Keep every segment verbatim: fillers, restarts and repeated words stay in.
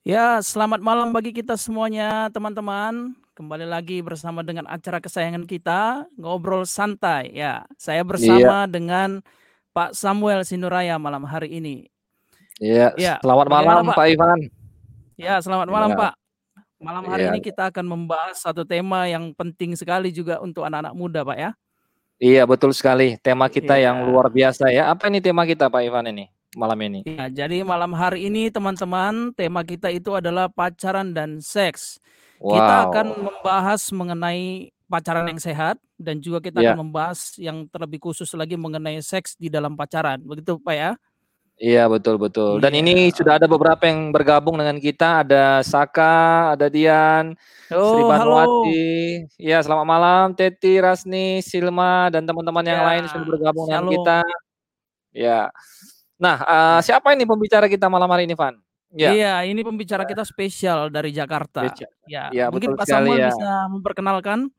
Ya, selamat malam bagi kita semuanya, teman-teman. Kembali lagi bersama dengan acara kesayangan kita, Ngobrol Santai. Ya, saya Iya, bersama dengan Pak Samuel Sinuraya malam hari ini. iya. Ya, Selamat malam, bagaimana Pak? Pak Ivan. Ya, selamat malam Iya, Pak. Malam hari iya, ini kita akan membahas satu tema yang penting sekali juga untuk anak-anak muda, Pak ya. iya betul sekali. Tema kita yang Iya. luar biasa ya. Apa ini tema kita, Pak Ivan ini malam ini? Ya, jadi malam hari ini teman-teman, tema kita itu adalah pacaran dan seks. Kita Wow. akan membahas mengenai pacaran yang sehat dan juga kita Iya, akan membahas yang terlebih khusus lagi mengenai seks di dalam pacaran. Begitu, Pak ya? iya betul betul. Dan ini Iya. sudah ada beberapa yang bergabung dengan kita. Ada Saka, ada Dian, Sri Oh, Banuwati. halo. Iya, selamat malam, Teti, Rasni, Silma, dan teman-teman yang Ya, lain sudah bergabung dengan kita. shalom. Ya. Nah, eh, Ya. siapa ini pembicara kita malam hari ini, Van? Ya, Iya, ini pembicara kita spesial dari Jakarta. Beca. Ya, Ya, betul mungkin Pak sekali Samuel ya. bisa memperkenalkan.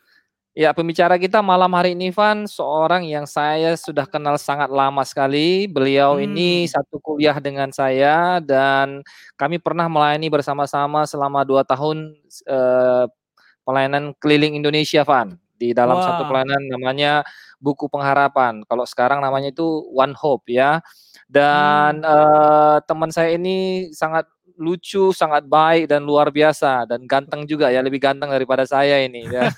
Ya, pembicara kita malam hari ini, Van, seorang yang saya sudah kenal sangat lama sekali. Beliau ini Hmm. satu kuliah dengan saya dan kami pernah melayani bersama-sama selama dua tahun eh, pelayanan keliling Indonesia, Van. Di dalam satu Wah. pelayanan namanya Buku Pengharapan. Kalau sekarang namanya itu One Hope ya. Dan Hmm. eh, teman saya ini sangat lucu, sangat baik dan luar biasa dan ganteng juga ya, lebih ganteng daripada saya ini ya.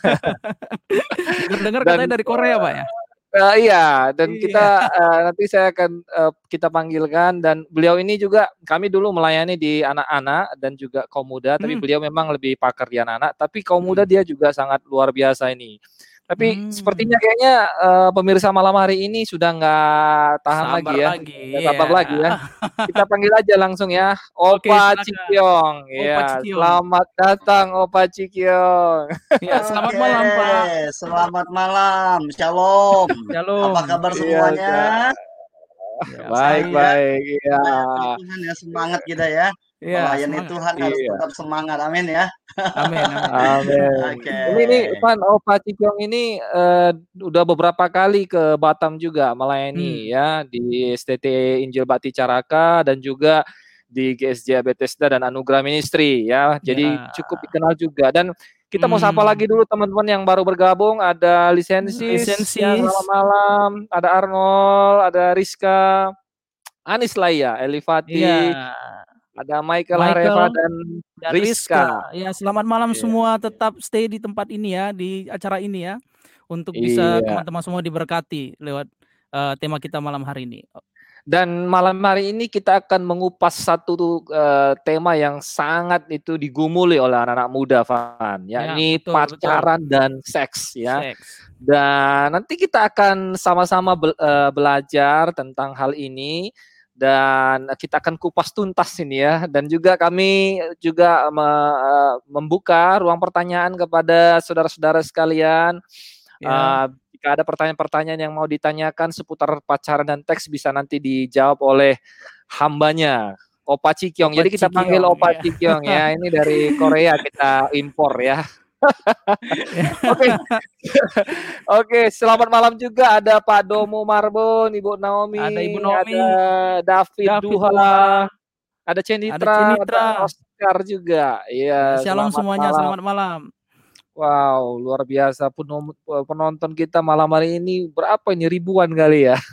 Dengar-dengar Dan katanya dari Korea, Pak ya? uh, iya, dan Iya. kita uh, nanti saya akan uh, kita panggilkan dan beliau ini juga kami dulu melayani di anak-anak dan juga kaum muda, tapi Hmm. beliau memang lebih pakar di anak-anak, tapi kaum muda Hmm. dia juga sangat luar biasa ini. Tapi sepertinya Hmm. kayaknya uh, pemirsa malam hari ini sudah nggak tahan Sabar lagi ya, lagi, nggak iya. sabar lagi ya. Kita panggil aja langsung ya, Oke, Opa silakan. Cikyong. Opa Ya, Cikyong. selamat datang Opa Cikyong. Iya, selamat Oke, malam, Pak. selamat malam, shalom. Apa Shalom. kabar Iya, semuanya? Ya, Sehat baik. ya? baik-baik. Iya. Melayani Tuhan ya, semangat kita ya. Iya, Melayani semangat. Tuhan harus Iya. tetap semangat, amin ya. Amin, amin. Amin. Oke. Ini nih, Van, Opa Cikyong ini eh, udah beberapa kali ke Batam juga melayani Hmm. ya di S T T Injil Bakti Caraka dan juga di G S J Bethesda dan Anugerah Ministry ya. Jadi Ya. cukup dikenal juga. Dan kita mau sapa Hmm. lagi dulu teman-teman yang baru bergabung. Ada Lisensis ya, Lisensis. selamat malam. Ada Arnold, ada Rizka, Anis Laya, Iya. Elifati, ada Michael Michael Hareva dan dan Rizka. Rizka. Ya, selamat malam Iya. semua. Tetap stay di tempat ini ya, di acara ini ya. Untuk bisa Iya. teman-teman semua diberkati lewat uh, tema kita malam hari ini. Dan malam hari ini kita akan mengupas satu uh, tema yang sangat itu digumuli oleh anak-anak muda, Van, Ya, yakni betul, betul. pacaran dan seks ya. Seks. Dan nanti kita akan sama-sama be uh, belajar tentang hal ini dan kita akan kupas tuntas ini ya. Dan juga kami juga me uh, membuka ruang pertanyaan kepada saudara-saudara sekalian. Ya. Uh, jika ada pertanyaan-pertanyaan yang mau ditanyakan seputar pacaran dan teks bisa nanti dijawab oleh hambanya, Opa Cikyong. Opa Jadi kita panggil Cikyong Opa ya. Cikyong ya. Ini dari Korea kita impor ya. Oke. Oke, selamat malam juga ada Pak Domo Marbon, Ibu Naomi, Ada Ibu Naomi, ada David, David Duha, Duha, ada ada Cenitra, ada Cenitra. Oscar juga. Ya, Iya, shalom selamat semuanya, malam. selamat malam. Wow, luar biasa penonton kita malam hari ini berapa ini, ribuan kali ya.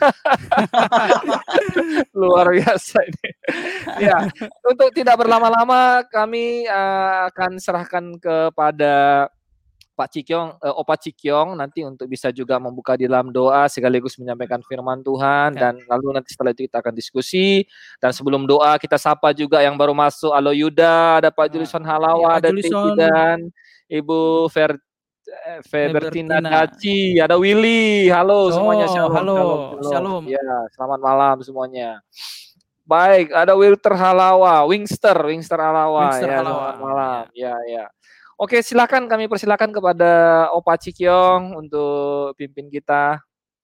Luar biasa ini. Ya, untuk tidak berlama-lama kami uh, akan serahkan kepada Pak Cikyong, uh, Opa Cikyong nanti untuk bisa juga membuka di dalam doa sekaligus menyampaikan firman Tuhan Ya. dan lalu nanti setelah itu kita akan diskusi dan sebelum doa kita sapa juga yang baru masuk. Halo Yuda, ada Pak Julison Halawa, Ya, Pak ada Titi Julison, dan Ibu Fer Febertina Febertina. Daci, ada Willy. Halo semuanya, Oh, shalom, halo, shalom, shalom. shalom. Ya, selamat malam semuanya. Baik, ada Wilter Halawa, Wingster, Wingster Halawa. Wingster Ya, Halawa. selamat malam. Ya, ya. Oke, silakan kami persilakan kepada Opa Cikyong untuk pimpin kita.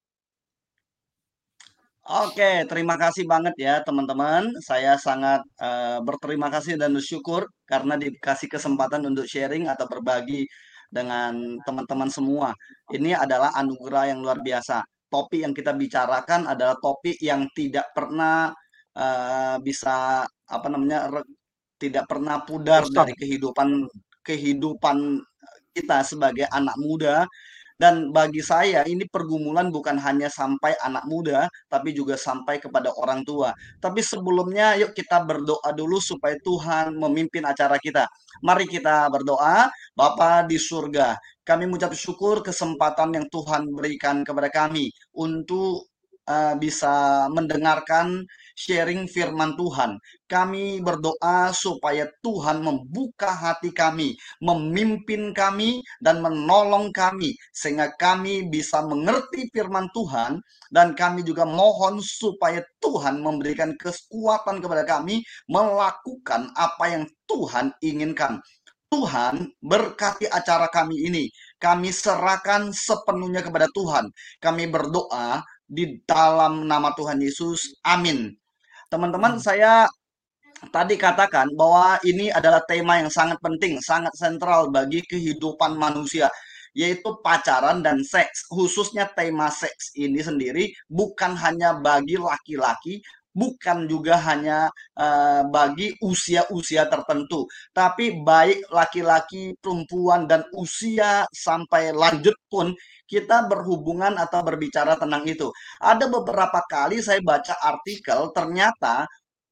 Oke, terima kasih banget ya teman-teman. Saya sangat uh, berterima kasih dan bersyukur karena dikasih kesempatan untuk sharing atau berbagi dengan teman-teman semua. Ini adalah anugerah yang luar biasa. Topik yang kita bicarakan adalah topik yang tidak pernah uh, bisa apa namanya tidak pernah pudar Kosong. dari kehidupan kehidupan kita sebagai anak muda. Dan bagi saya ini pergumulan bukan hanya sampai anak muda, tapi juga sampai kepada orang tua. Tapi sebelumnya yuk kita berdoa dulu supaya Tuhan memimpin acara kita. Mari kita berdoa. Bapa di surga, kami mengucap syukur kesempatan yang Tuhan berikan kepada kami untuk uh, bisa mendengarkan sharing firman Tuhan. Kami berdoa supaya Tuhan membuka hati kami, memimpin kami, dan menolong kami, sehingga kami bisa mengerti firman Tuhan, dan kami juga mohon supaya Tuhan memberikan kekuatan kepada kami melakukan apa yang Tuhan inginkan. Tuhan berkati acara kami ini. Kami serahkan sepenuhnya kepada Tuhan. Kami berdoa di dalam nama Tuhan Yesus. Amin. Teman-teman, saya tadi katakan bahwa ini adalah tema yang sangat penting, sangat sentral bagi kehidupan manusia, yaitu pacaran dan seks. Khususnya tema seks ini sendiri bukan hanya bagi laki-laki, bukan juga hanya uh, bagi usia-usia tertentu, tapi baik laki-laki, perempuan, dan usia sampai lanjut pun kita berhubungan atau berbicara tentang itu. Ada beberapa kali saya baca artikel, ternyata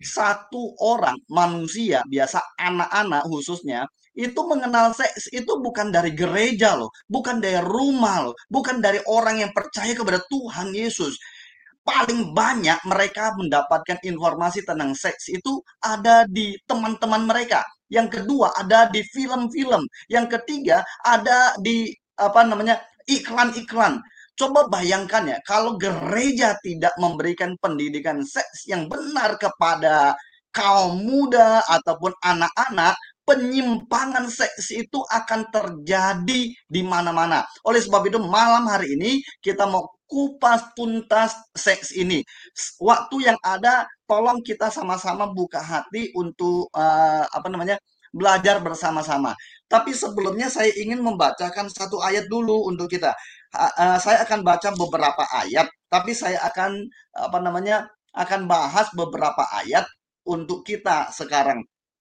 satu orang manusia, biasa anak-anak khususnya, itu mengenal seks itu bukan dari gereja loh, bukan dari rumah loh, bukan dari orang yang percaya kepada Tuhan Yesus. Paling banyak mereka mendapatkan informasi tentang seks itu ada di teman-teman mereka. Yang kedua ada di film-film. Yang ketiga ada di apa namanya iklan-iklan. Coba bayangkan ya, kalau gereja tidak memberikan pendidikan seks yang benar kepada kaum muda ataupun anak-anak, penyimpangan seks itu akan terjadi di mana-mana. Oleh sebab itu, malam hari ini kita mau kupas tuntas seks ini. Waktu yang ada, tolong kita sama-sama buka hati untuk uh, apa namanya belajar bersama-sama. Tapi sebelumnya saya ingin membacakan satu ayat dulu untuk kita. Uh, saya akan baca beberapa ayat, tapi saya akan apa namanya akan bahas beberapa ayat untuk kita sekarang.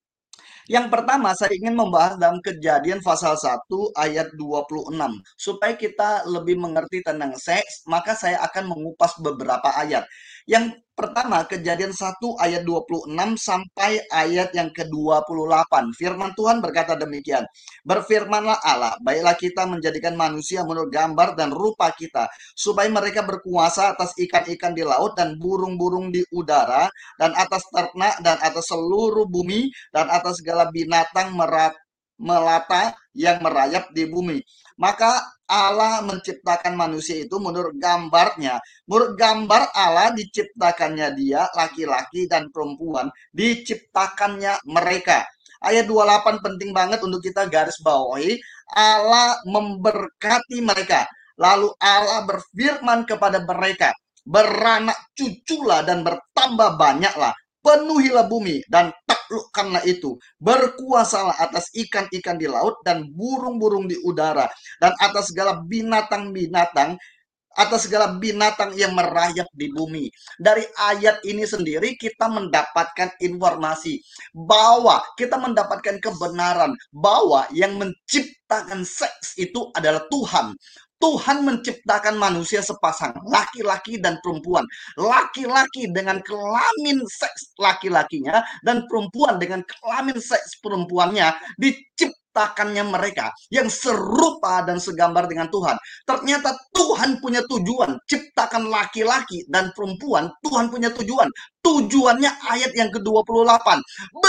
Yang pertama saya ingin membahas dalam Kejadian pasal satu ayat dua puluh enam. Supaya kita lebih mengerti tentang seks, maka saya akan mengupas beberapa ayat. Yang pertama, Kejadian satu ayat dua puluh enam sampai ayat yang ke dua puluh delapan. Firman Tuhan berkata demikian. Berfirmanlah Allah, baiklah kita menjadikan manusia menurut gambar dan rupa kita, supaya mereka berkuasa atas ikan-ikan di laut dan burung-burung di udara, dan atas ternak dan atas seluruh bumi, dan atas segala binatang merat, melata yang merayap di bumi. Maka Allah menciptakan manusia itu menurut gambarnya. Menurut gambar Allah diciptakannya dia, laki-laki dan perempuan, diciptakannya mereka. Ayat dua puluh delapan penting banget untuk kita garis bawahi. Allah memberkati mereka. Lalu Allah berfirman kepada mereka, beranak cuculah dan bertambah banyaklah. Penuhilah bumi dan taklukkanlah itu. Berkuasalah atas ikan-ikan di laut dan burung-burung di udara, dan atas segala binatang-binatang, atas segala binatang yang merayap di bumi. Dari ayat ini sendiri kita mendapatkan informasi bahwa kita mendapatkan kebenaran bahwa yang menciptakan seks itu adalah Tuhan. Tuhan menciptakan manusia sepasang, laki-laki dan perempuan. Laki-laki dengan kelamin seks laki-lakinya dan perempuan dengan kelamin seks perempuannya diciptakannya mereka yang serupa dan segambar dengan Tuhan. Ternyata Tuhan punya tujuan, ciptakan laki-laki dan perempuan, Tuhan punya tujuan. Tujuannya ayat yang ke dua puluh delapan.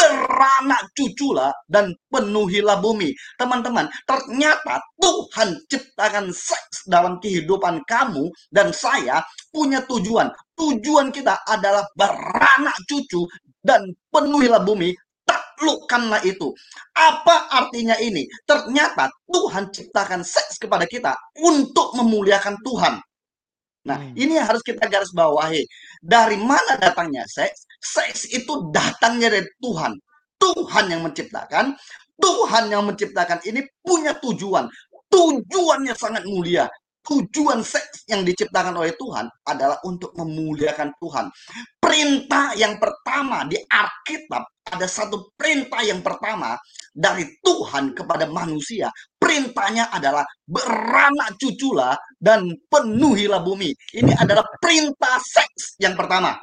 Beranak cuculah dan penuhilah bumi. Teman-teman, ternyata Tuhan ciptakan seks dalam kehidupan kamu dan saya punya tujuan. Tujuan kita adalah beranak cucu dan penuhilah bumi. Taklukkanlah itu. Apa artinya ini? Ternyata Tuhan ciptakan seks kepada kita untuk memuliakan Tuhan. Nah, hmm. ini yang harus kita garis bawahi. Dari mana datangnya seks? Seks itu datangnya dari Tuhan. Tuhan yang menciptakan. Tuhan yang menciptakan ini punya tujuan. Tujuannya sangat mulia. tujuan seks yang diciptakan oleh Tuhan adalah untuk memuliakan Tuhan. Perintah yang pertama di Alkitab, ada satu perintah yang pertama dari Tuhan kepada manusia. Perintahnya adalah beranak cuculah dan penuhilah bumi. Ini adalah perintah seks yang pertama.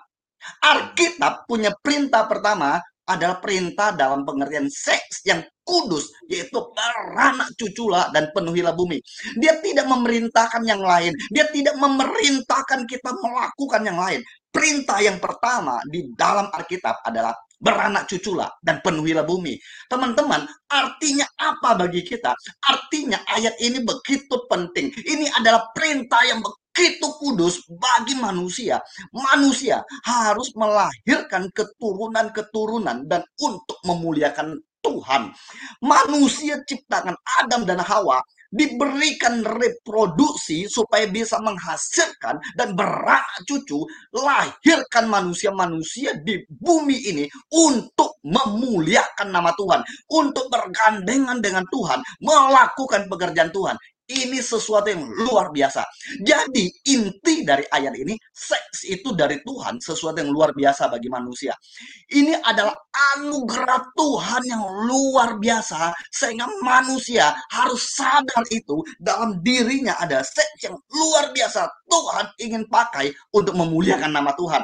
Alkitab punya perintah pertama adalah perintah dalam pengertian seks yang kudus, yaitu beranak cuculah dan penuhilah bumi. Dia tidak memerintahkan yang lain. Dia tidak memerintahkan kita melakukan yang lain. Perintah yang pertama di dalam Alkitab adalah beranak cuculah dan penuhilah bumi. Teman-teman, artinya apa bagi kita? Artinya ayat ini begitu penting. Ini adalah perintah yang begitu kudus bagi manusia. Manusia harus melahirkan keturunan-keturunan dan untuk memuliakan Tuhan. Manusia ciptakan Adam dan Hawa diberikan reproduksi supaya bisa menghasilkan dan beranak cucu, lahirkan manusia-manusia di bumi ini untuk memuliakan nama Tuhan, untuk bergandengan dengan Tuhan, melakukan pekerjaan Tuhan. Ini sesuatu yang luar biasa. Jadi inti dari ayat ini, seks itu dari Tuhan, sesuatu yang luar biasa bagi manusia. Ini adalah anugerah Tuhan yang luar biasa, sehingga manusia harus sadar itu dalam dirinya ada seks yang luar biasa. Tuhan ingin pakai untuk memuliakan nama Tuhan.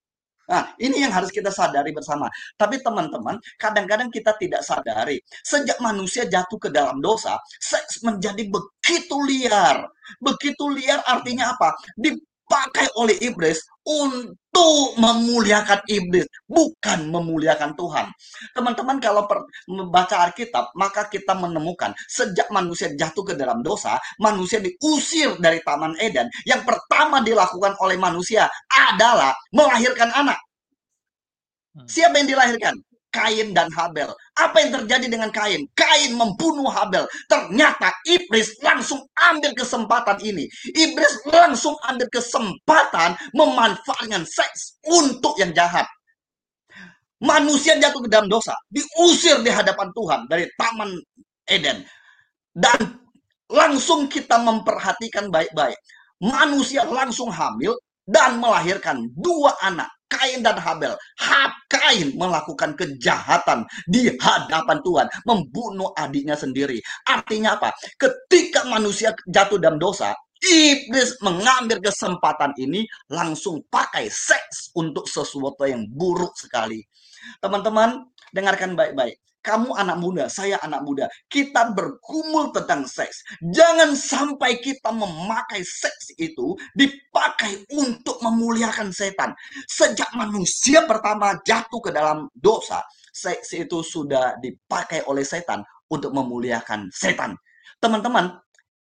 Nah, ini yang harus kita sadari bersama. Tapi teman-teman, kadang-kadang kita tidak sadari. Sejak manusia jatuh ke dalam dosa, seks menjadi begitu liar. Begitu liar artinya apa? Dipakai oleh iblis untuk memuliakan iblis, bukan memuliakan Tuhan. Teman-teman, kalau per, membaca Alkitab, maka kita menemukan sejak manusia jatuh ke dalam dosa, manusia diusir dari Taman Eden. Yang pertama dilakukan oleh manusia adalah melahirkan anak. Siapa yang dilahirkan? Kain dan Habel. Apa yang terjadi dengan Kain? Kain membunuh Habel. Ternyata iblis langsung ambil kesempatan ini. Iblis langsung ambil kesempatan memanfaatkan seks untuk yang jahat. Manusia jatuh ke dalam dosa, diusir di hadapan Tuhan dari Taman Eden. Dan langsung kita memperhatikan baik-baik. Manusia langsung hamil dan melahirkan dua anak, Kain dan Habel. Kain melakukan kejahatan di hadapan Tuhan, membunuh adiknya sendiri. Artinya apa? Ketika manusia jatuh dalam dosa, iblis mengambil kesempatan ini langsung pakai seks untuk sesuatu yang buruk sekali. Teman-teman, dengarkan baik-baik. Kamu anak muda, saya anak muda. Kita bergumul tentang seks. Jangan sampai kita memakai seks itu dipakai untuk memuliakan setan. Sejak manusia pertama jatuh ke dalam dosa, seks itu sudah dipakai oleh setan untuk memuliakan setan. Teman-teman,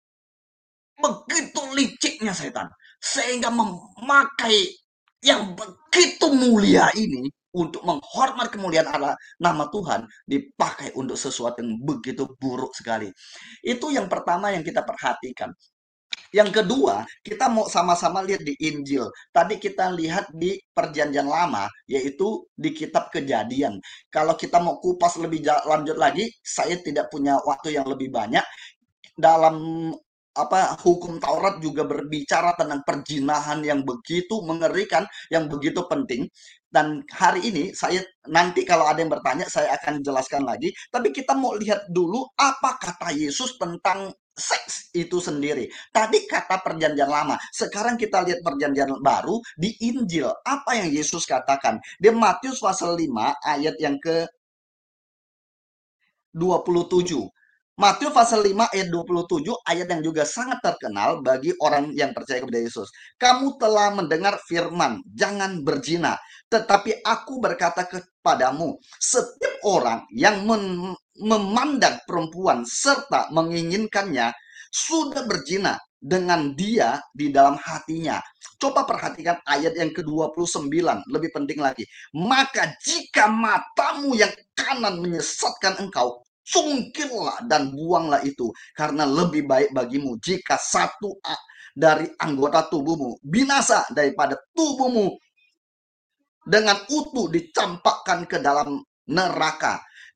begitu liciknya setan, sehingga memakai yang begitu mulia ini untuk menghormat kemuliaan Allah, nama Tuhan dipakai untuk sesuatu yang begitu buruk sekali. Itu yang pertama yang kita perhatikan. Yang kedua, kita mau sama-sama lihat di Injil. Tadi kita lihat di Perjanjian Lama, yaitu di kitab Kejadian. Kalau kita mau kupas lebih lanjut lagi, saya tidak punya waktu yang lebih banyak. Dalam apa hukum Taurat juga berbicara tentang perzinahan yang begitu mengerikan, yang begitu penting. Dan hari ini saya nanti kalau ada yang bertanya saya akan jelaskan lagi. Tapi kita mau lihat dulu apa kata Yesus tentang seks itu sendiri. Tadi kata Perjanjian Lama, sekarang kita lihat Perjanjian Baru di Injil. Apa yang Yesus katakan? Di Matius pasal lima ayat yang ke dua puluh tujuh. Matius pasal lima ayat dua puluh tujuh, ayat yang juga sangat terkenal bagi orang yang percaya kepada Yesus. Kamu telah mendengar firman, jangan berzina. Tetapi aku berkata kepadamu, setiap orang yang memandang perempuan serta menginginkannya, sudah berzina dengan dia di dalam hatinya. Coba perhatikan ayat yang ke dua puluh sembilan, lebih penting lagi. Maka jika matamu yang kanan menyesatkan engkau, sungkillah dan buanglah itu, karena lebih baik bagimu jika satu dari anggota tubuhmu binasa daripada tubuhmu dengan utuh dicampakkan ke dalam neraka.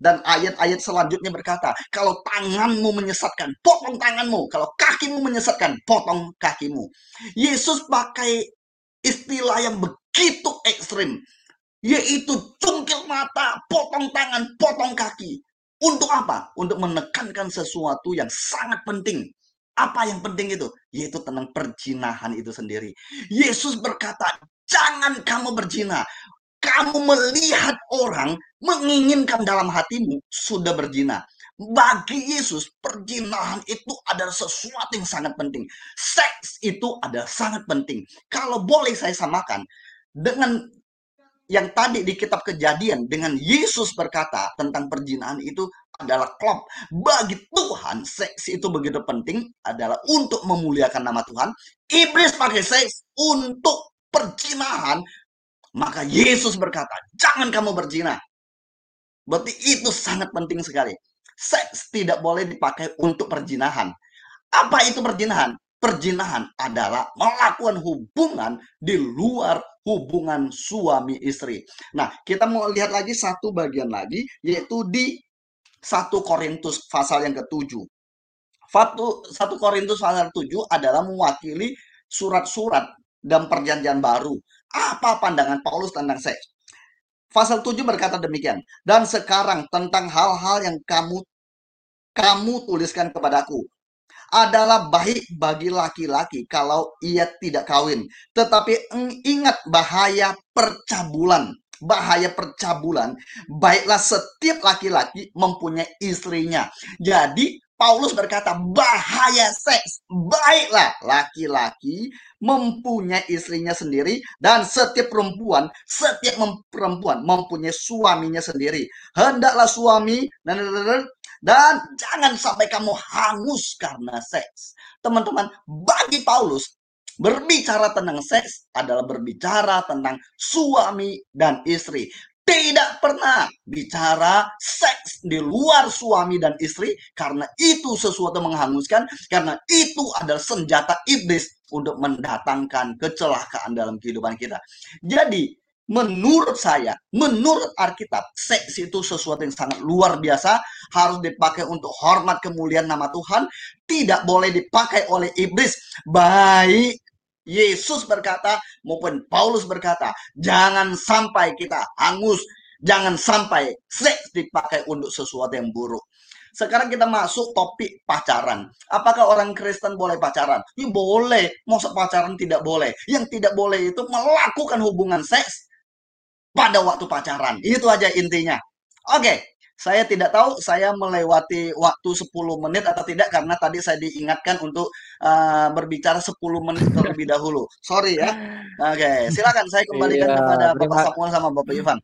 Dan ayat-ayat selanjutnya berkata, kalau tanganmu menyesatkan, potong tanganmu. Kalau kakimu menyesatkan, potong kakimu. Yesus pakai istilah yang begitu ekstrim, yaitu cungkil mata, potong tangan, potong kaki. Untuk apa? Untuk menekankan sesuatu yang sangat penting. Apa yang penting itu? Yaitu tentang perzinahan itu sendiri. Yesus berkata, jangan kamu berzina. Kamu melihat orang menginginkan dalam hatimu sudah berzina. Bagi Yesus, perzinahan itu adalah sesuatu yang sangat penting. Seks itu adalah sangat penting. Kalau boleh saya samakan dengan yang tadi di kitab Kejadian, dengan Yesus berkata tentang perzinahan itu adalah klop. Bagi Tuhan, seks itu begitu penting, adalah untuk memuliakan nama Tuhan. Iblis pakai seks untuk perzinahan. Maka Yesus berkata, jangan kamu berzina. Berarti itu sangat penting sekali. Seks tidak boleh dipakai untuk perzinahan. Apa itu perzinahan? Perzinahan adalah melakukan hubungan di luar hubungan suami istri. Nah, kita mau lihat lagi satu bagian lagi, yaitu di satu Korintus pasal yang ketujuh. satu Korintus pasal tujuh adalah mewakili surat-surat dan perjanjian baru. Apa pandangan Paulus tentang seks? Pasal tujuh berkata demikian. Dan sekarang tentang hal-hal yang kamu kamu tuliskan kepadaku adalah baik bagi laki-laki kalau ia tidak kawin. Tetapi ingat bahaya percabulan. Bahaya percabulan. Baiklah setiap laki-laki mempunyai istrinya. Jadi Paulus berkata, bahaya seks. Baiklah laki-laki mempunyai istrinya sendiri, dan setiap perempuan, setiap perempuan mempunyai suaminya sendiri. Hendaklah suami dan, dan jangan sampai kamu hangus karena seks. Teman-teman, bagi Paulus, berbicara tentang seks adalah berbicara tentang suami dan istri. Tidak pernah bicara seks di luar suami dan istri, karena itu sesuatu menghanguskan, karena itu adalah senjata iblis untuk mendatangkan kecelakaan dalam kehidupan kita. Jadi, menurut saya, menurut Alkitab, seks itu sesuatu yang sangat luar biasa, harus dipakai untuk hormat kemuliaan nama Tuhan, tidak boleh dipakai oleh iblis. Baik Yesus berkata maupun Paulus berkata, jangan sampai kita hangus, jangan sampai seks dipakai untuk sesuatu yang buruk. Sekarang kita masuk topik pacaran. Apakah orang Kristen boleh pacaran? Ya boleh. Masa pacaran tidak boleh? Yang tidak boleh itu melakukan hubungan seks pada waktu pacaran. Itu aja intinya. Oke. Saya tidak tahu saya melewati waktu sepuluh menit atau tidak, karena tadi saya diingatkan untuk uh, berbicara sepuluh menit terlebih dahulu. Sorry ya. Oke, okay. Silakan saya kembalikan iya, kepada Bapak terima... Samuel sama Bapak Ivan.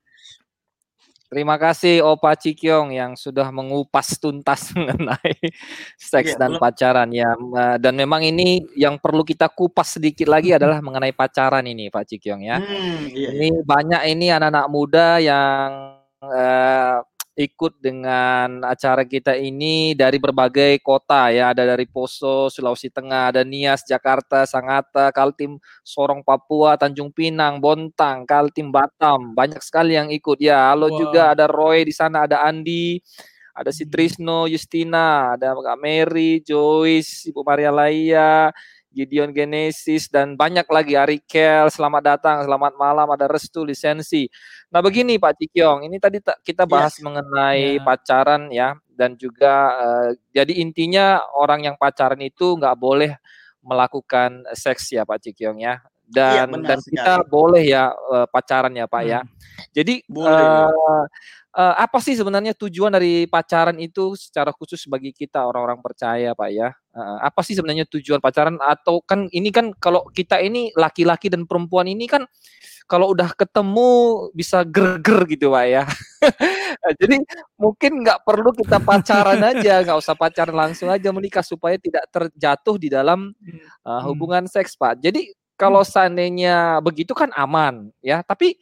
Terima kasih Opa Cikyong yang sudah mengupas tuntas mengenai seks iya, dan belum. pacaran ya. Dan memang ini yang perlu kita kupas sedikit lagi adalah mengenai pacaran ini, Pak Cikyong ya. Hmm, iya, ini iya. Banyak ini anak-anak muda yang uh, ikut dengan acara kita ini dari berbagai kota ya, ada dari Poso, Sulawesi Tengah, ada Nias, Jakarta, Sangatta, Kaltim, Sorong, Papua, Tanjung Pinang, Bontang, Kaltim, Batam, banyak sekali yang ikut ya. Halo wow. Juga ada Roy di sana, ada Andi, ada si Trisno, Justina, ada Kak Mary, Joyce, Ibu Maria Laia, Gideon Genesis, dan banyak lagi. Arikel, selamat datang, selamat malam, ada Restu, Lisensi. Nah begini Pak Cikyong, ini tadi kita bahas yes. mengenai yeah. pacaran ya, dan juga uh, jadi intinya orang yang pacaran itu nggak boleh melakukan seks ya Pak Cikyong ya, dan yeah, dan kita sekali. boleh ya uh, pacaran ya Pak hmm. ya. Jadi boleh, uh, uh, apa sih sebenarnya tujuan dari pacaran itu secara khusus bagi kita orang-orang percaya Pak ya? Uh, apa sih sebenarnya tujuan pacaran? Atau kan ini kan kalau kita ini laki-laki dan perempuan ini kan kalau udah ketemu bisa ger-ger gitu Pak ya. Jadi mungkin nggak perlu kita pacaran aja, nggak usah pacaran, langsung aja menikah supaya tidak terjatuh di dalam uh, hubungan seks Pak. Jadi kalau seandainya begitu kan aman ya, tapi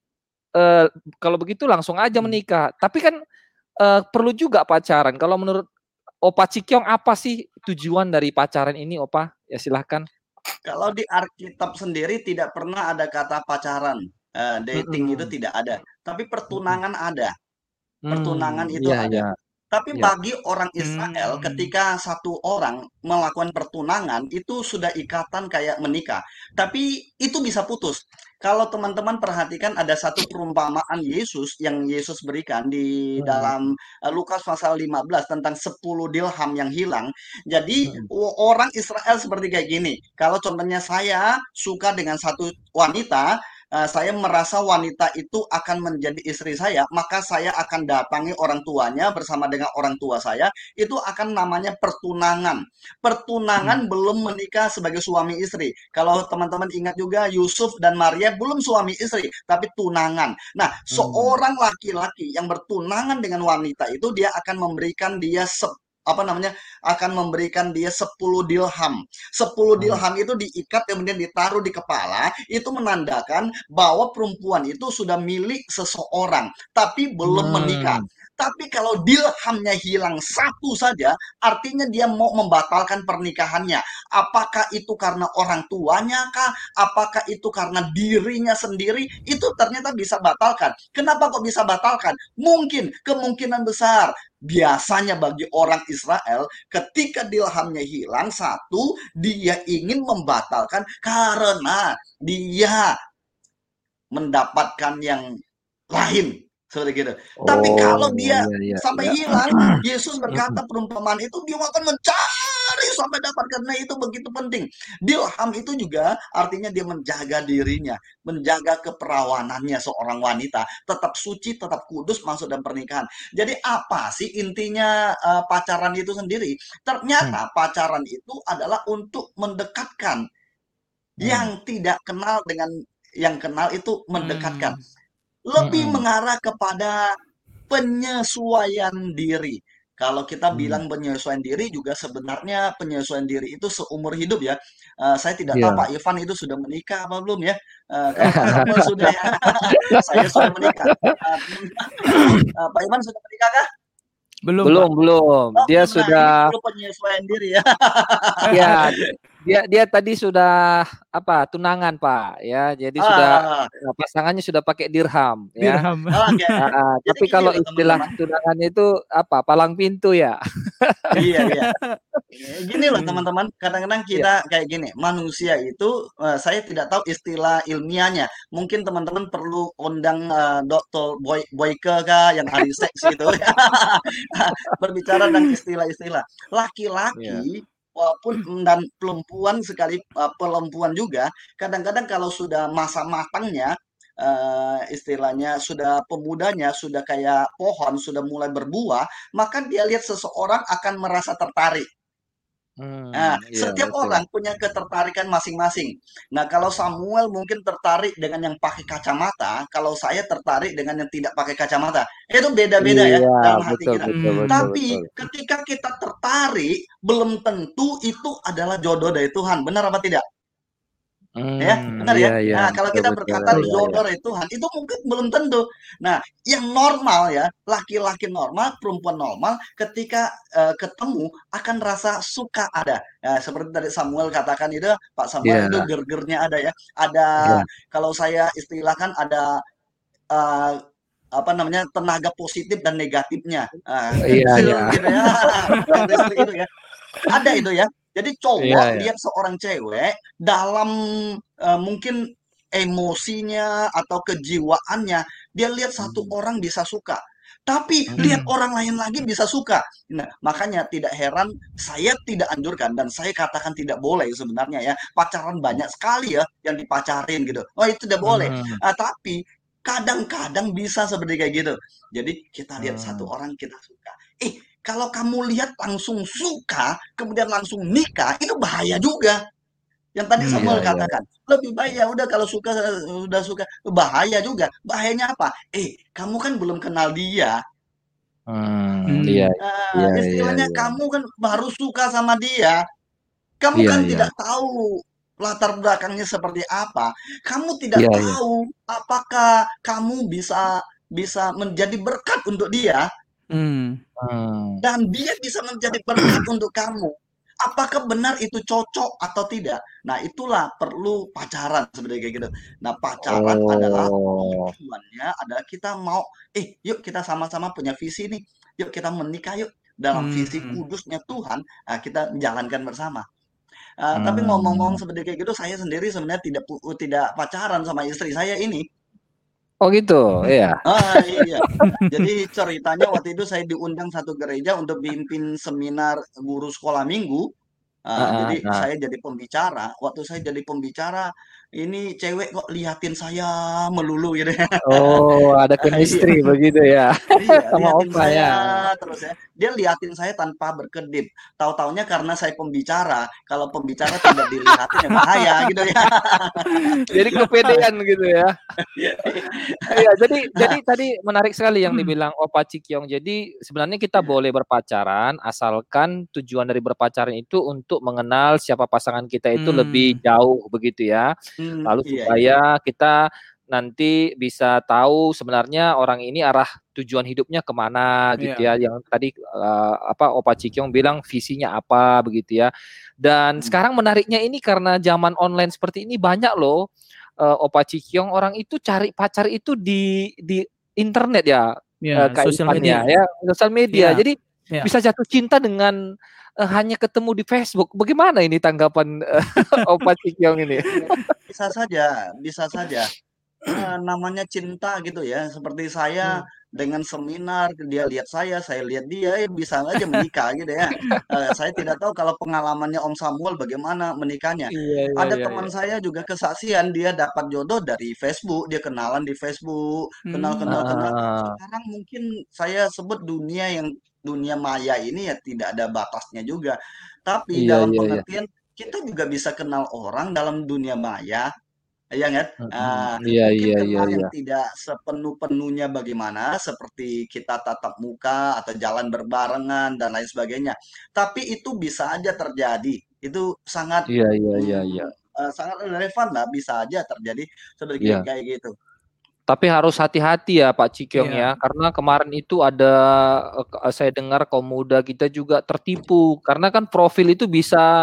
uh, kalau begitu langsung aja menikah. Tapi kan uh, perlu juga pacaran. Kalau menurut Opa Cikyong, apa sih tujuan dari pacaran ini, Opa? Ya silahkan. Kalau di Alkitab sendiri tidak pernah ada kata pacaran, uh, dating mm-hmm. itu tidak ada. Tapi pertunangan mm-hmm. ada. Pertunangan Hmm, itu iya ada. iya. Tapi Iya. bagi orang Israel, Hmm. ketika satu orang melakukan pertunangan, itu sudah ikatan kayak menikah. Tapi itu bisa putus. Kalau teman-teman perhatikan ada satu perumpamaan Yesus yang Yesus berikan di Hmm. dalam uh, Lukas pasal lima belas tentang sepuluh dirham yang hilang. Jadi Hmm. o- orang Israel seperti kayak gini. Kalau contohnya saya suka dengan satu wanita, uh, saya merasa wanita itu akan menjadi istri saya, maka saya akan datangi orang tuanya bersama dengan orang tua saya, itu akan namanya pertunangan. Hmm. Pertunangan belum menikah sebagai suami istri. Kalau teman-teman ingat juga Yusuf dan Maria belum suami istri, tapi tunangan. Nah, Hmm. seorang laki-laki yang bertunangan dengan wanita itu dia akan memberikan dia se- apa namanya akan memberikan dia sepuluh dirham. sepuluh Hmm. dirham itu diikat kemudian ditaruh di kepala, itu menandakan bahwa perempuan itu sudah milik seseorang tapi belum menikah. Hmm. Tapi kalau dirhamnya hilang satu saja, artinya dia mau membatalkan pernikahannya. Apakah itu karena orang tuanya kah? Apakah itu karena dirinya sendiri? Itu ternyata bisa batalkan. Kenapa kok bisa batalkan? Mungkin, kemungkinan besar. Biasanya bagi orang Israel, ketika dirhamnya hilang satu, dia ingin membatalkan karena dia mendapatkan yang lain. Seperti gitu. Tapi Oh, kalau dia iya iya sampai iya. hilang, Yesus Hmm. berkata perumpamaan itu dia akan mencari sampai dapat karena itu begitu penting. Dirham itu juga artinya dia menjaga dirinya, menjaga keperawanannya seorang wanita, tetap suci, tetap kudus masuk dalam pernikahan. Jadi apa sih intinya uh, pacaran itu sendiri? Hmm. Ternyata pacaran itu adalah untuk mendekatkan Hmm. yang tidak kenal dengan yang kenal itu mendekatkan. Hmm. Lebih Hmm. mengarah kepada penyesuaian diri. Kalau kita Hmm. bilang penyesuaian diri juga sebenarnya penyesuaian diri itu seumur hidup ya. Eh, saya tidak tahu Iya. Pak Ivan itu sudah menikah apa belum ya. Eh, kalau Pak Samuel sudah ya. Saya sudah menikah. Eh, teman-teman, eh, Pak Ivan sudah menikah kah? Belum, Pak. Belum belum. Oh Dia belum. Nah ini sudah. perlu penyesuaian diri ya. Ya, dia dia tadi sudah apa tunangan Pak ya, jadi sudah Ah, ya, pasangannya sudah pakai dirham ya. Dirham. oke. Heeh, Jadi tapi gini kalau loh istilah teman-teman. tunangan itu apa palang pintu ya. Iya, iya. Eh, Gini loh Hmm. teman-teman, kadang-kadang Iya. kita kayak gini, manusia itu eh, saya tidak tahu istilah ilmiahnya. Mungkin teman-teman perlu undang eh, dokter Boy Boyke kah yang ahli seks itu berbicara tentang istilah-istilah. Iya. Laki-laki walaupun dan perempuan sekali eh, perempuan juga kadang-kadang kalau sudah masa matangnya eh, istilahnya sudah pemudanya sudah kayak pohon sudah mulai berbuah maka dia lihat seseorang akan merasa tertarik. Nah, Hmm, iya setiap betul. orang punya ketertarikan masing-masing. Nah, kalau Samuel mungkin tertarik dengan yang pakai kacamata, kalau saya tertarik dengan yang tidak pakai kacamata. Itu beda-beda ya Iya, dalam hati betul kita. betul betul Hmm. betul. Tapi ketika kita tertarik, belum tentu itu adalah jodoh dari Tuhan. Benar apa tidak? Ya, Hmm, benar ya. iya iya Nah, kalau betul kita betul berkata iya iya. jodoh dari Tuhan, itu mungkin belum tentu. Nah, yang normal ya, laki-laki normal, perempuan normal, ketika eh, ketemu akan rasa suka ada. Nah, seperti tadi Samuel katakan itu, Pak Samuel itu Iya, gergernya ada ya. Ada, iya. kalau saya istilahkan ada eh, apa namanya tenaga positif dan negatifnya. Ah, Iya kecil iya. gitu ya. Chemistry itu ya. Ada itu ya. Jadi Iya cowok iya. lihat seorang cewek dalam eh, mungkin emosinya atau kejiwaannya, dia lihat satu Hmm. orang bisa suka. Tapi lihat Hmm. orang lain lagi bisa suka. Nah, makanya tidak heran saya tidak anjurkan dan saya katakan tidak boleh sebenarnya ya. Pacaran banyak sekali ya yang dipacarin gitu. Oh, itu tidak boleh. Hmm. Ah, tapi kadang-kadang bisa seperti kayak gitu. Jadi kita lihat satu Hmm. orang kita suka. Eh, kalau kamu lihat langsung suka, kemudian langsung nikah, itu bahaya juga. Yang tadi Hmm. Iya Samuel iya. katakan, lebih baik ya udah kalau suka udah suka, bahaya juga. Bahayanya apa? Eh, kamu kan belum kenal dia. Hmm, iya Hmm. Eh, iya iya istilahnya iya. kamu kan baru suka sama dia. Kamu Iya kan iya. tidak tahu latar belakangnya seperti apa. Kamu tidak Iya iya. tahu apakah kamu bisa bisa menjadi berkat untuk dia Hmm. Hmm. dan dia bisa menjadi berkat untuk kamu. apakah benar itu cocok atau tidak? Nah, itulah perlu pacaran sebenarnya kayak gitu. Nah, pacaran adalah Oh. tujuannya adalah kita mau, eh, yuk kita sama-sama punya visi nih. Yuk kita menikah yuk dalam visi Hmm. kudusnya Tuhan. Nah, kita menjalankan bersama. Uh, tapi ngomong-ngomong Hmm. seperti kayak gitu, saya sendiri sebenarnya tidak tidak pacaran sama istri saya ini. Oh gitu, iya. Ah iya. Jadi ceritanya waktu itu saya diundang satu gereja untuk pimpin seminar guru sekolah minggu. Ah, Heeh, jadi nah. saya jadi pembicara. Waktu saya jadi pembicara, ini cewek kok liatin saya melulu gitu ya. Oh, ada Ah, iya. chemistry begitu ya, Iya, sama liatin Opa saya ya. terus ya. Dia liatin saya tanpa berkedip. Tahu-taunya karena saya pembicara. Kalau pembicara tidak dilihatin ya bahaya gitu ya. Jadi kepedean gitu ya. Iya, jadi jadi Nah, tadi menarik sekali yang Hmm. dibilang Opa Cikyong. Jadi sebenarnya kita iya. boleh berpacaran asalkan tujuan dari berpacaran itu untuk mengenal siapa pasangan kita itu lebih Hmm. jauh begitu ya. Hmm, Lalu iya, iya. supaya kita nanti bisa tahu sebenarnya orang ini arah tujuan hidupnya kemana gitu Iya. ya. Yang tadi uh, apa Opa Cikyong bilang visinya apa begitu ya. Dan Hmm. sekarang menariknya ini karena zaman online seperti ini banyak loh uh, Opa Cikyong orang itu cari pacar itu di di internet ya, Ya, uh, sosial kaitannya media. ya, sosial media. Ya, Jadi ya. bisa jatuh cinta dengan uh, hanya ketemu di Facebook. Bagaimana ini tanggapan uh, Opa Cikyong ini? Bisa saja, bisa saja. Eh, namanya cinta gitu ya. Seperti saya Hmm. dengan seminar, dia lihat saya, saya lihat dia, ya bisa aja menikah gitu ya. Eh, saya tidak tahu kalau pengalamannya Om Samuel bagaimana menikahnya. Iya iya Ada iya teman iya. saya juga kesaksian, dia dapat jodoh dari Facebook, dia kenalan di Facebook, kenal Hmm. kenal kenal. Uh, Sekarang mungkin saya sebut dunia yang dunia maya ini ya tidak ada batasnya juga. Tapi iya dalam iya iya. pengertian kita juga bisa kenal orang dalam dunia maya. Iya kan? Mm-mm. Ah, Iya mungkin iya iya kenal yang iya. tidak sepenuh-penuhnya bagaimana, seperti kita tatap muka atau jalan berbarengan dan lain sebagainya. Tapi itu bisa aja terjadi. Itu sangat Iya iya iya iya. mm, eh, sangat relevan lah, bisa aja terjadi seperti Iya. kayak gitu. Tapi harus hati-hati ya Pak Cikyong Iya. ya, karena kemarin itu ada uh, saya dengar kaum muda kita juga tertipu, karena kan profil itu bisa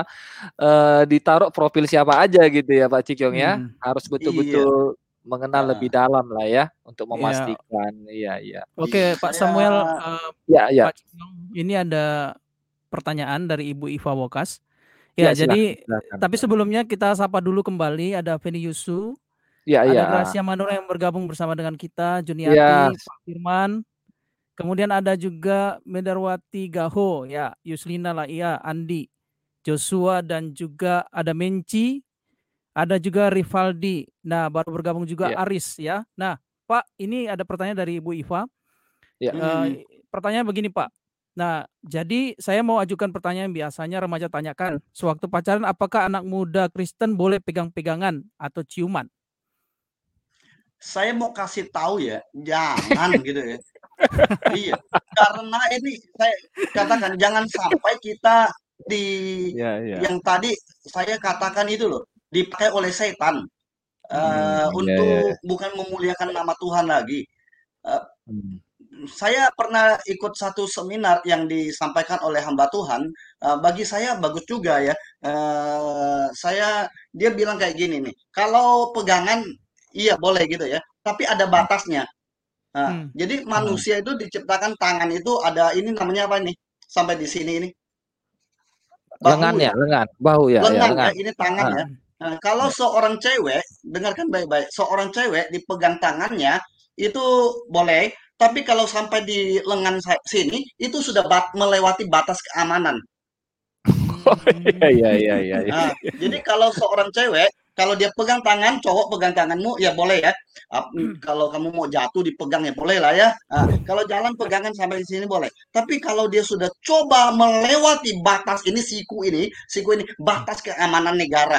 uh, ditaruh profil siapa aja gitu ya Pak Cikyong ya, Hmm. harus Iya. betul-betul mengenal lebih Ah, dalam lah ya untuk Ya. memastikan. Iya iya. iya. Oke, Pak Saya Samuel, uh, Ya ya. Pak Cikyong, ini ada pertanyaan dari Ibu Iva Wokas. Ya Ya, silakan jadi silakan. tapi sebelumnya kita sapa dulu kembali ada Feni Yusu, Ya ada ya. Gracia Manura yang bergabung bersama dengan kita, Ya. Juniati, Pak Firman. Kemudian ada juga Medarwati Gaho, ya, Yuslina Laia, Andi, Joshua dan juga ada Menci, ada juga Rivaldi. Nah, baru bergabung juga Ya. Aris ya. Nah, Pak, ini ada pertanyaan dari Ibu Iva. Ya. Uh, hmm, pertanyaan begini, Pak. Nah, jadi saya mau ajukan pertanyaan yang biasanya remaja tanyakan. Sewaktu pacaran, apakah anak muda Kristen boleh pegang-pegangan atau ciuman? saya mau kasih tahu ya, jangan gitu ya. Iya, karena ini saya katakan jangan sampai kita di Ya ya. yang tadi saya katakan itu loh, dipakai oleh setan Hmm. eh, Hmm, ya ya. untuk bukan memuliakan nama Tuhan lagi. Eh, Hmm. saya pernah ikut satu seminar yang disampaikan oleh hamba Tuhan. Eh, bagi saya bagus juga ya. Eh, saya dia bilang kayak gini nih, kalau pegangan iya boleh gitu ya, tapi ada batasnya. Nah, Hmm. jadi Hmm. manusia itu diciptakan tangan itu ada ini namanya apa nih? Sampai di sini ini. Bahu Lengannya, ya. lengan, bahu ya, ya Lengan ya, lengan. ini tangan Ah, ya. Hmm. Nah, kalau ya. seorang cewek, dengarkan baik-baik, seorang cewek dipegang tangannya itu boleh, tapi kalau sampai di lengan sa- sini itu sudah bat- melewati batas keamanan. Oh, iya iya iya iya. Iya. Nah, jadi kalau seorang cewek, kalau dia pegang tangan, cowok pegang tanganmu, ya boleh ya. Ah, mm, Kalau kamu mau jatuh dipegang ya boleh lah ya. Nah, kalau jalan pegangan sampai di sini boleh. Tapi kalau dia sudah coba melewati batas ini, siku ini, siku ini, batas keamanan negara.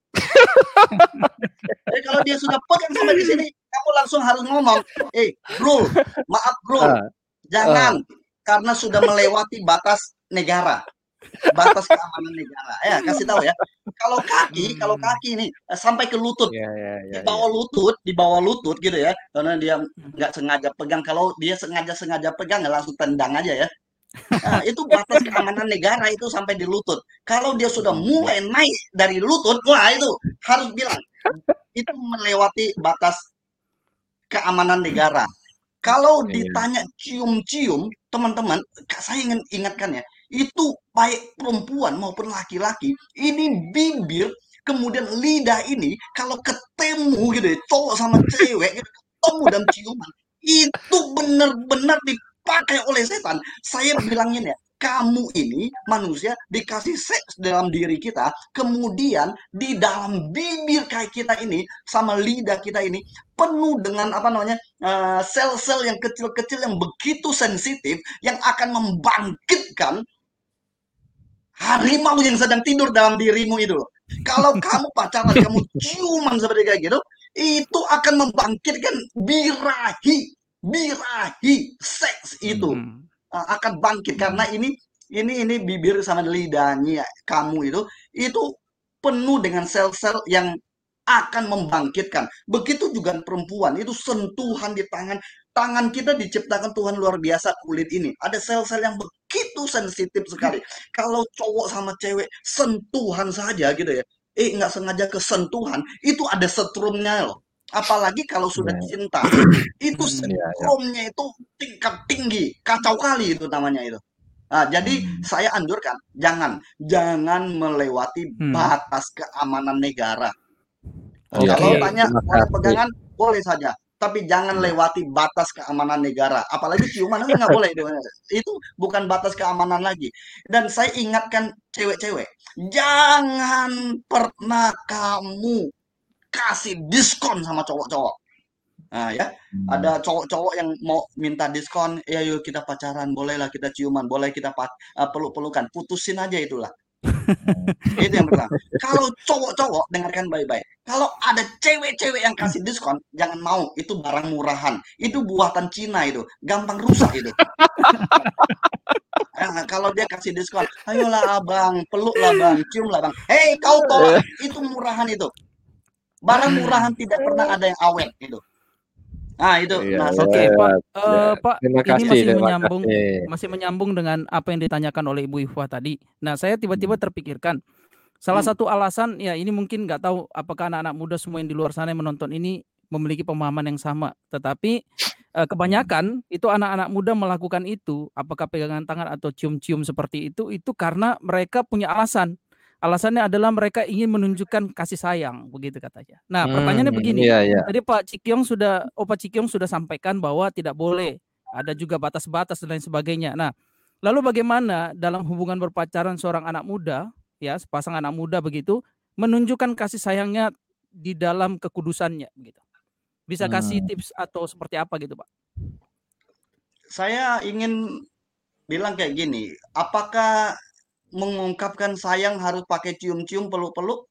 Jadi kalau dia sudah pegang sampai di sini, kamu langsung harus ngomong, eh bro, maaf bro, Ah, ah. jangan. Karena sudah melewati batas negara. Batas keamanan negara. Ya, kasih tahu ya. Kalau kaki, kalau Hmm. kaki ini eh, sampai ke lutut, Iya iya di iya iya. bawah lutut, di bawah lutut gitu ya. Karena dia Hmm. nggak sengaja pegang. Kalau dia sengaja sengaja pegang, ya langsung tendang aja ya. Nah, itu batas keamanan negara itu sampai di lutut. Kalau dia sudah mulai naik dari lutut, wah itu harus bilang itu melewati batas keamanan negara. Kalau ditanya cium-cium, teman-teman, saya ingin ingatkan ya, itu baik perempuan maupun laki-laki, ini bibir, kemudian lidah ini, kalau ketemu gitu ya, cowok sama cewek, gitu, ketemu dan ciuman, itu benar-benar dipakai oleh setan. Saya bilangin ya, kamu ini manusia dikasih seks dalam diri kita, kemudian di dalam bibir kayak kita ini, sama lidah kita ini, penuh dengan apa namanya, eh, sel-sel yang kecil-kecil yang begitu sensitif yang akan membangkitkan harimau yang sedang tidur dalam dirimu itu loh. Kalau kamu pacaran, kamu ciuman seperti kayak gitu, itu akan membangkitkan birahi, birahi seks itu Hmm. uh, akan bangkit karena ini ini ini bibir sama lidahnya kamu itu itu penuh dengan sel-sel yang akan membangkitkan. Begitu juga perempuan, itu sentuhan di tangan. Tangan kita diciptakan Tuhan luar biasa kulit ini. Ada sel-sel yang begitu sensitif sekali. Kalau cowok sama cewek sentuhan saja gitu ya. Eh nggak sengaja kesentuhan, itu ada setrumnya loh. Apalagi kalau sudah cinta, itu Hmm. setrumnya itu tingkat tinggi, kacau kali itu namanya itu. Nah, jadi saya anjurkan jangan jangan melewati Hmm. batas keamanan negara. Oke, Kalau tanya terima boleh kasih. pegangan, boleh saja. Tapi jangan lewati batas keamanan negara. Apalagi ciuman itu nggak boleh. Itu bukan batas keamanan lagi. Dan saya ingatkan cewek-cewek, jangan pernah kamu kasih diskon sama cowok-cowok. Nah ya, ada cowok-cowok yang mau minta diskon, ya yuk kita pacaran, bolehlah kita ciuman, boleh kita pa- uh, peluk-pelukan, putusin aja itulah. Itu yang pertama. Kalau cowok-cowok, dengarkan baik-baik. Kalau ada cewek-cewek yang kasih diskon, jangan mau. Itu barang murahan. Itu buatan Cina itu. Gampang rusak itu. Nah, kalau dia kasih diskon, ayolah abang, peluklah bang, ciumlah bang. Hei kau tolak, itu murahan itu. Barang murahan tidak pernah ada yang awet itu. Nah itu, Iya, nah Oke iya, Pak, iya. Eh, Pak Terima ini kasih, masih terima menyambung, kasih. masih menyambung dengan apa yang ditanyakan oleh Ibu Ifwah tadi. Nah saya tiba-tiba terpikirkan, salah Hmm. satu alasan ya ini mungkin nggak tahu apakah anak-anak muda semua yang di luar sana yang menonton ini memiliki pemahaman yang sama, tetapi eh, kebanyakan itu anak-anak muda melakukan itu, apakah pegangan tangan atau cium-cium seperti itu, itu karena mereka punya alasan. Alasannya adalah mereka ingin menunjukkan kasih sayang, begitu katanya. Nah, pertanyaannya Hmm, begini, iya, iya. tadi Pak Cikyong sudah, Opa Cikyong sudah sampaikan bahwa tidak boleh, ada juga batas-batas dan lain sebagainya. Nah, lalu bagaimana dalam hubungan berpacaran seorang anak muda, ya sepasang anak muda begitu, menunjukkan kasih sayangnya di dalam kekudusannya, gitu. Bisa kasih Hmm. tips atau seperti apa gitu, Pak? Saya ingin bilang kayak gini, apakah mengungkapkan sayang harus pakai cium-cium, peluk-peluk?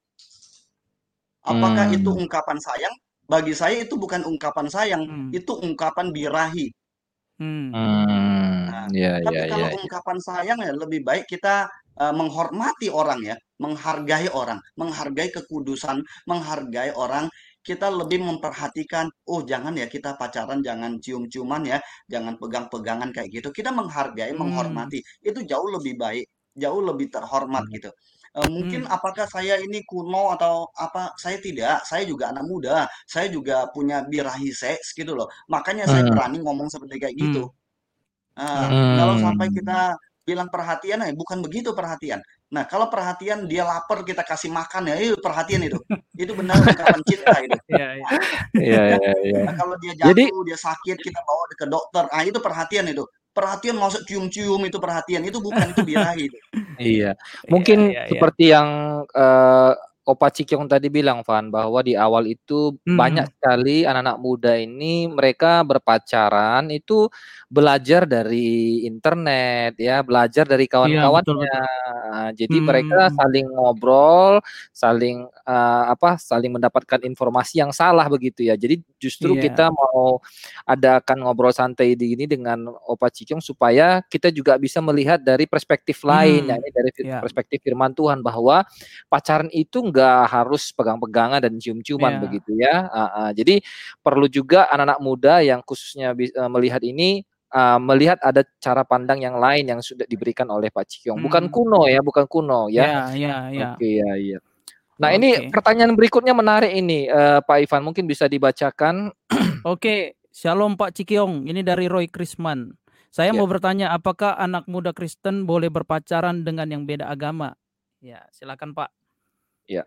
Apakah itu Hmm. ungkapan sayang? Bagi saya itu bukan ungkapan sayang, Hmm. itu ungkapan birahi. Hmm. Hmm. Nah, Iya, iya, tapi iya, kalau iya. ungkapan sayang ya lebih baik kita uh, menghormati orang ya, menghargai orang, menghargai kekudusan, menghargai orang. Kita lebih memperhatikan, oh jangan ya kita pacaran, jangan cium-ciuman ya, jangan pegang-pegangan kayak gitu. Kita menghargai, Hmm. menghormati, itu jauh lebih baik, jauh lebih terhormat gitu. Eh, mungkin Hmm. apakah saya ini kuno atau apa? Saya tidak. Saya juga anak muda. Saya juga punya birahi seks gitu loh. Makanya saya Hmm. berani ngomong seperti kayak gitu. Hmm. Nah, Ya. kalau sampai Hmm. kita bilang perhatian, ya bukan begitu perhatian. Nah, kalau perhatian dia lapar kita kasih makan ya, itu perhatian itu. Itu benar ungkapan cinta itu. Iya, iya. Iya, Ya. iya, iya. Nah, kalau dia Jadi, jatuh, dia sakit, kita bawa ke dokter. Ah, itu perhatian itu. Perhatian masuk cium-cium itu perhatian. Itu bukan, itu birahi itu. iya, Iya, mungkin iya, iya. seperti yang eh, Opa Cikyong tadi bilang, Van, bahwa di awal itu banyak Hmm. sekali anak-anak muda ini mereka berpacaran itu belajar dari internet, ya, belajar dari Iya, betul, kawan-kawannya. betul. Jadi Hmm. mereka saling ngobrol, saling eh, apa, saling mendapatkan informasi yang salah begitu ya. Jadi justru Iya. kita mau adakan ngobrol santai di ini dengan Opa Cikyong supaya kita juga bisa melihat dari perspektif lain, Hmm. yakni dari Ya. perspektif firman Tuhan bahwa pacaran itu nggak harus pegang-pegangan dan cium-ciuman Ya. begitu ya. Uh, uh, jadi perlu juga anak-anak muda yang khususnya uh, melihat ini uh, melihat ada cara pandang yang lain yang sudah diberikan oleh Pak Cikiong. Bukan Hmm. kuno ya, bukan kuno ya. Ya, ya, ya. Oke, ya, ya. Nah, Oke. ini pertanyaan berikutnya menarik ini, uh, Pak Ivan, mungkin bisa dibacakan. Oke, Shalom Pak Cikiong, ini dari Roy Krisman. Saya Ya. mau bertanya, apakah anak muda Kristen boleh berpacaran dengan yang beda agama? Ya, silakan Pak. Ya.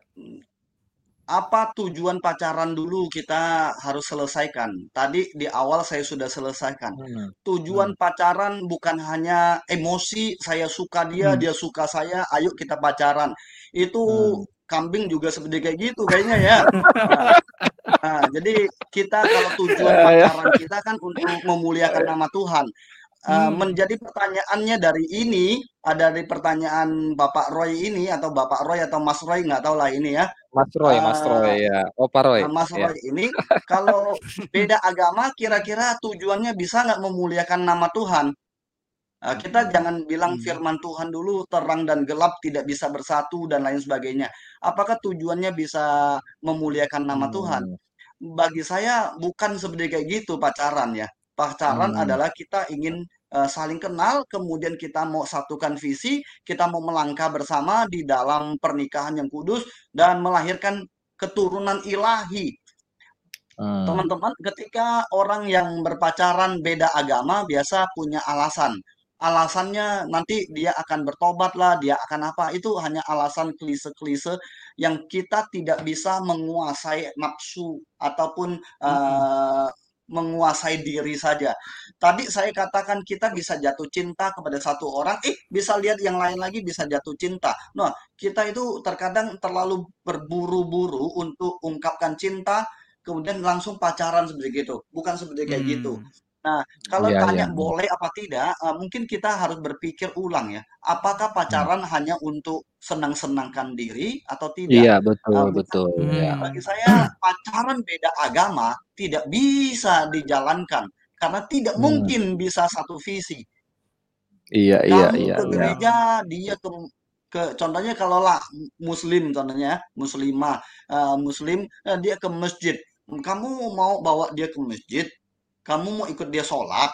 Apa tujuan pacaran dulu kita harus selesaikan. Tadi di awal saya sudah selesaikan. Hmm. Tujuan Hmm. pacaran bukan hanya emosi, saya suka dia, Hmm. dia suka saya, ayo kita pacaran. Itu Hmm. kambing juga seperti kayak gitu kayaknya ya. Nah, nah, jadi kita kalau tujuan pacaran kita kan untuk memuliakan nama Tuhan. Uh, Hmm. menjadi pertanyaannya dari ini, ada dari pertanyaan Bapak Roy ini atau Bapak Roy atau Mas Roy, nggak tahu lah ini ya. Mas Roy, Mas Uh, Roy ya, oh Pak Roy. uh, Mas ya. Roy ini kalau beda agama kira-kira tujuannya bisa nggak memuliakan nama Tuhan? Uh, kita Hmm. jangan bilang Hmm. firman Tuhan dulu terang dan gelap tidak bisa bersatu dan lain sebagainya. Apakah tujuannya bisa memuliakan nama Hmm. Tuhan? Bagi saya bukan seperti kayak gitu pacaran ya. Pacaran Hmm. adalah kita ingin uh, saling kenal, kemudian kita mau satukan visi, kita mau melangkah bersama di dalam pernikahan yang kudus dan melahirkan keturunan ilahi. Hmm. Teman-teman, ketika orang yang berpacaran beda agama biasa punya alasan. Alasannya nanti dia akan bertobat lah, dia akan apa. Itu hanya alasan klise-klise yang kita tidak bisa menguasai nafsu ataupun Hmm. uh, menguasai diri saja. Tadi saya katakan kita bisa jatuh cinta kepada satu orang, eh bisa lihat yang lain lagi bisa jatuh cinta. Nah, kita itu terkadang terlalu berburu-buru untuk ungkapkan cinta, kemudian langsung pacaran seperti itu. Bukan seperti kayak gitu. Hmm. Nah, kalau Ya, tanya ya. boleh apa tidak, uh, mungkin kita harus berpikir ulang ya. Apakah pacaran Hmm. hanya untuk senang-senangkan diri atau tidak? Iya, betul, Uh, betul. Hmm. Ya. bagi saya pacaran beda agama tidak bisa dijalankan karena tidak Hmm. mungkin bisa satu visi. Iya, iya, Kamu iya, ke iya. gereja, dia ke ke contohnya kalau lah muslim contohnya muslimah uh, muslim uh, dia ke masjid. Kamu mau bawa dia ke masjid? Kamu mau ikut dia sholat?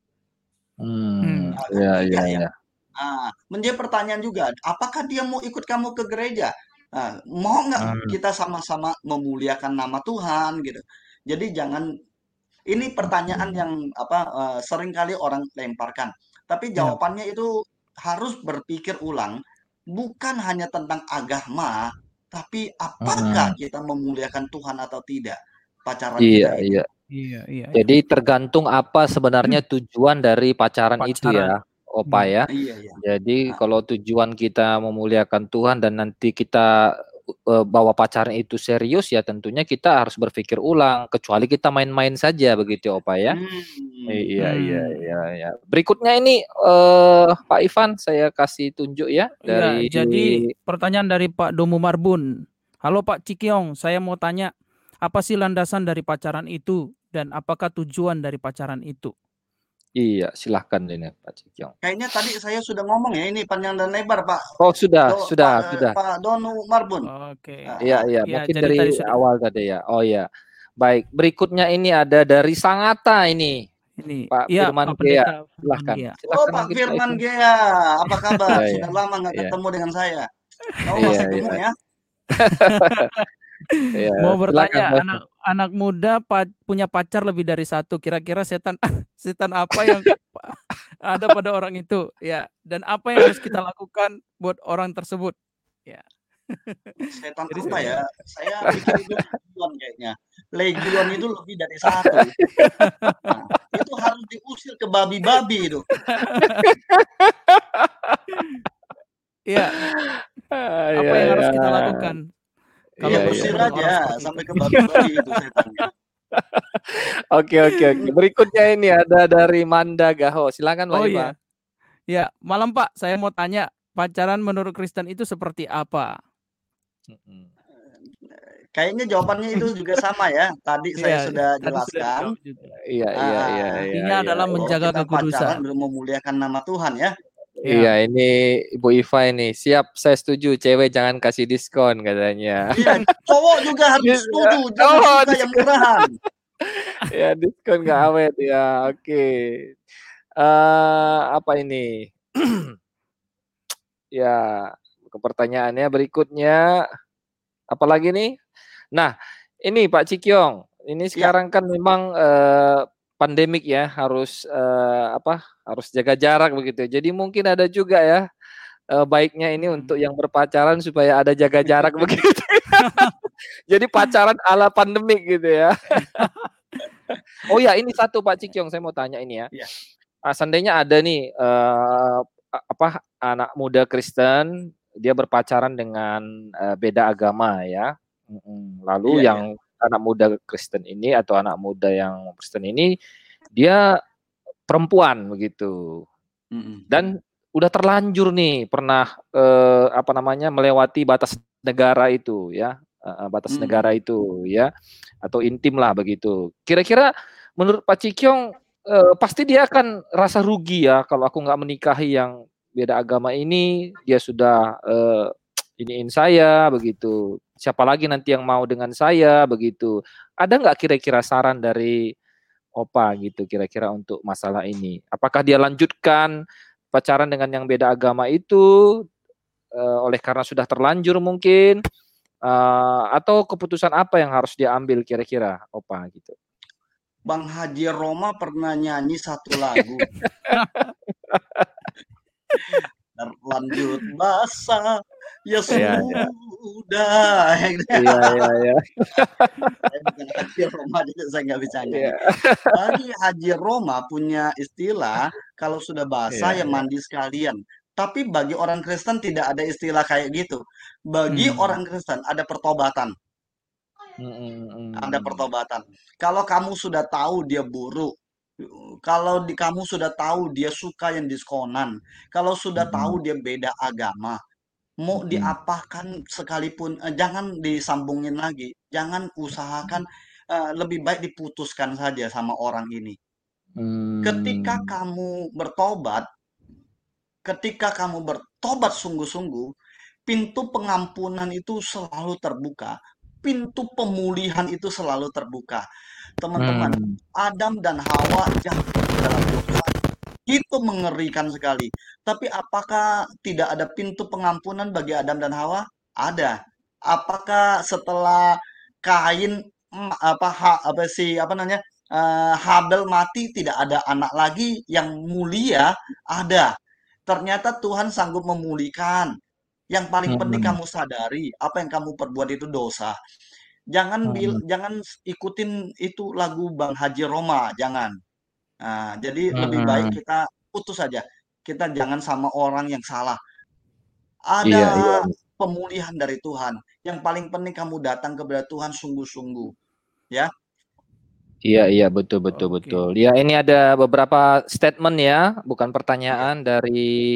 Hmm. Nah, kan Ya, tidak ya, ya. ya. Nah, menjadi pertanyaan juga, apakah dia mau ikut kamu ke gereja? Nah, mau nggak Hmm. kita sama-sama memuliakan nama Tuhan gitu. Jadi jangan, ini pertanyaan yang apa uh, seringkali orang lemparkan. Tapi Ya. jawabannya itu harus berpikir ulang, bukan hanya tentang agama, tapi apakah Hmm. kita memuliakan Tuhan atau tidak pacaran Iya, kita ini. iya. Iya, iya, iya. Jadi tergantung apa sebenarnya tujuan dari pacaran itu Pacaran. ya, Opa Hmm. ya. Iya, iya. Jadi Nah, kalau tujuan kita memuliakan Tuhan dan nanti kita uh, bawa pacaran itu serius ya tentunya kita harus berpikir ulang. Kecuali kita main-main saja begitu Opa ya. hmm. Iya, iya, Hmm. iya, iya. Berikutnya ini uh, Pak Ivan saya kasih tunjuk ya Ya, dari jadi pertanyaan dari Pak Domu Marbun. Halo Pak Cikiong, saya mau tanya, apa sih landasan dari pacaran itu dan apakah tujuan dari pacaran itu? Iya, silahkan ini Pak Cikiong. Kayaknya tadi saya sudah ngomong ya, ini panjang dan lebar Pak. Oh sudah, Do, sudah, Pak, sudah. Pak Donu Marbun. Oke. Ah, Iya, ah. iya. Ya, Mungkin jadi dari tadi sudah. awal tadi ya. Oh ya. Baik. Berikutnya ini ada dari Sangatta ini. Ini, Pak ya Firman Pak Gea. Pendeta Firman Silahkan. Gea. Oh, Silahkan Pak mungkin Pak Firman Ivan. Gea, apa kabar? Iya, iya. Sudah lama nggak Iya. ketemu dengan saya. Kamu Iya, masih gemuk iya. ya? Iya, Mau silakan bertanya, Pak. anak anak muda pa- punya pacar lebih dari satu. Kira-kira setan setan apa yang ada pada orang itu? Ya, dan apa yang harus kita lakukan buat orang tersebut? Ya. Setan Jadi apa seperti ya? itu. Saya pikir itu legion kayaknya. Legion itu lebih dari satu. Nah, itu harus diusir ke babi-babi itu. Iya, Ah, apa iya, yang harus iya. kita lakukan kalau Iya, Ya iya. usir bertemu dengan orang aja seperti sampai itu? ke babi-babi itu setannya. Oke, oke, oke. Berikutnya ini ada dari Manda Gaho. Silakan Pak Oh Ivan. iya. Ya, malam Pak, saya mau tanya, pacaran menurut Kristen itu seperti apa? Mm-mm. Kayaknya jawabannya itu juga sama ya. Tadi saya Iya, sudah tadi sudah jelaskan. dijawab juga. Iya, iya, iya, Ah, iya, Intinya iya, adalah iya. bahwa menjaga kita pacaran kekudusan. belum memuliakan nama Tuhan ya. Iya, Ya. ini Ibu Iva ini siap, saya setuju. Cewek jangan kasih diskon katanya. Iya, cowok juga harus Dis- setuju. Jangan oh, suka yang murahan. ya diskon nggak awet ya. Oke. Uh, apa ini? Ya, ke pertanyaannya berikutnya, apalagi nih? Nah, ini Pak Cikyong, ini Ya. sekarang kan memang uh, pandemik ya, harus uh, apa? Harus jaga jarak begitu. Jadi mungkin ada juga ya uh, baiknya ini Hmm. untuk yang berpacaran supaya ada jaga jarak begitu. Jadi pacaran ala pandemik gitu ya. Oh ya, ini satu Pak Cikyong, saya mau tanya ini ya. Ya. Uh, seandainya ada nih uh, apa anak muda Kristen, dia berpacaran dengan uh, beda agama ya. Lalu Iya, yang iya. anak muda Kristen ini atau anak muda yang Kristen ini dia perempuan begitu. Mm-mm. Dan udah terlanjur nih pernah uh, apa namanya melewati batas negara itu ya, uh, batas Mm-mm. negara itu ya, atau intim lah begitu. Kira-kira menurut Pak Cikyong uh, pasti dia akan rasa rugi ya kalau aku nggak menikahi yang beda agama ini, dia sudah uh, iniin saya begitu. Siapa lagi nanti yang mau dengan saya begitu. Ada nggak kira-kira saran dari Opa gitu kira-kira untuk masalah ini? Apakah dia lanjutkan pacaran dengan yang beda agama itu uh, oleh karena sudah terlanjur mungkin, uh, atau keputusan apa yang harus dia ambil kira-kira Opa gitu? Bang Haji Roma pernah nyanyi satu lagu. Terlanjut basah, ya sudah. Iya, iya, iya. Saya bukan Haji Roma, jadi saya nggak bisa nyanyi. Bagi Haji Roma punya istilah, kalau sudah basah ya mandi sekalian. Tapi bagi orang Kristen tidak ada istilah kayak gitu. Bagi Hmm. orang Kristen ada pertobatan. Hmm. Ada pertobatan. Kalau kamu sudah tahu dia buruk, kalau di, kamu sudah tahu dia suka yang diskonan, kalau sudah Hmm. tahu dia beda agama, mau Hmm. diapakan sekalipun, eh, jangan disambungin lagi, jangan usahakan, eh, lebih baik diputuskan saja sama orang ini. Hmm. Ketika kamu bertobat, ketika kamu bertobat sungguh-sungguh, pintu pengampunan itu selalu terbuka. Pintu pemulihan itu selalu terbuka. Teman-teman, Hmm. Adam dan Hawa jatuh dalam dosa. Itu mengerikan sekali. Tapi apakah tidak ada pintu pengampunan bagi Adam dan Hawa? Ada. Apakah setelah Kain mm, apa ha, apa sih apa namanya eh, Habel mati tidak ada anak lagi yang mulia? Ada. Ternyata Tuhan sanggup memulihkan. Yang paling penting Hmm. kamu sadari apa yang kamu perbuat itu dosa. Jangan bil, Hmm. jangan ikutin itu lagu Bang Haji Roma, jangan. Nah, jadi lebih baik Hmm. kita putus saja. Kita jangan sama orang yang salah. Iya, Ada iya. pemulihan dari Tuhan. Yang paling penting kamu datang kepada Tuhan sungguh-sungguh, ya. Iya, iya, betul, betul, Oke. betul. Ya, ini ada beberapa statement ya, bukan Iya. pertanyaan dari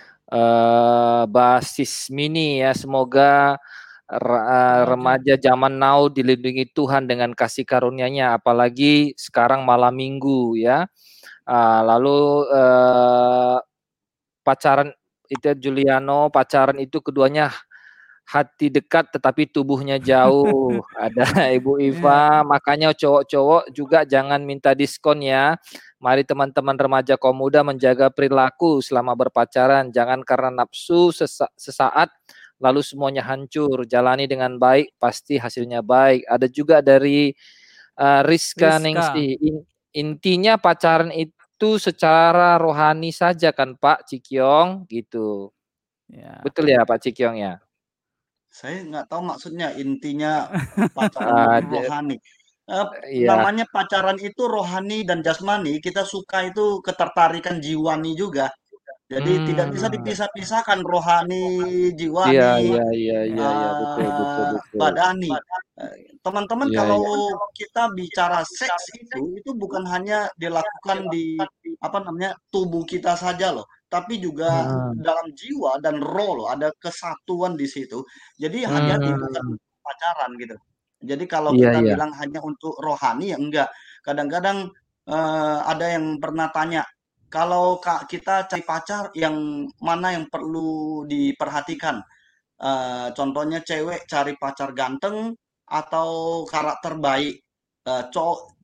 uh, basis mini ya. Semoga re- uh, remaja zaman now dilindungi Tuhan dengan kasih karunia-Nya, apalagi sekarang malam minggu ya. Uh, lalu uh, pacaran itu Juliano, pacaran itu keduanya hati dekat tetapi tubuhnya jauh. Ada Ibu Iva, makanya cowok-cowok juga jangan minta diskon ya. Mari teman-teman remaja kaum muda menjaga perilaku selama berpacaran. Jangan karena nafsu sesa- sesaat lalu semuanya hancur. Jalani dengan baik, pasti hasilnya baik. Ada juga dari uh, Rizka, Rizka. Ningsih. In- intinya pacaran itu secara rohani saja kan Pak Cikyong gitu. Ya. Betul ya Pak Cikyong ya? Saya nggak tahu maksudnya intinya pacaran Uh, itu rohani. Eh, Iya. namanya pacaran itu rohani dan jasmani. Kita suka itu ketertarikan jiwani juga. Jadi tidak bisa Hmm. dipisah-pisahkan rohani, Iya, jiwani, iya, iya, iya, iya, betul, betul, eh, betul. badani. Eh, Teman-teman, Iya, kalau iya. kita bicara seks itu, itu bukan hanya dilakukan di apa namanya tubuh kita saja loh, tapi juga Hmm. dalam jiwa dan roh loh, ada kesatuan di situ. Jadi hati-hati, bukan Hmm. pacaran gitu. Jadi kalau Iya, kita iya. bilang hanya untuk rohani ya enggak. Kadang-kadang eh, ada yang pernah tanya, kalau Kak, kita cari pacar yang mana yang perlu diperhatikan? Eh, contohnya cewek cari pacar ganteng atau karakter baik. Eh, cowok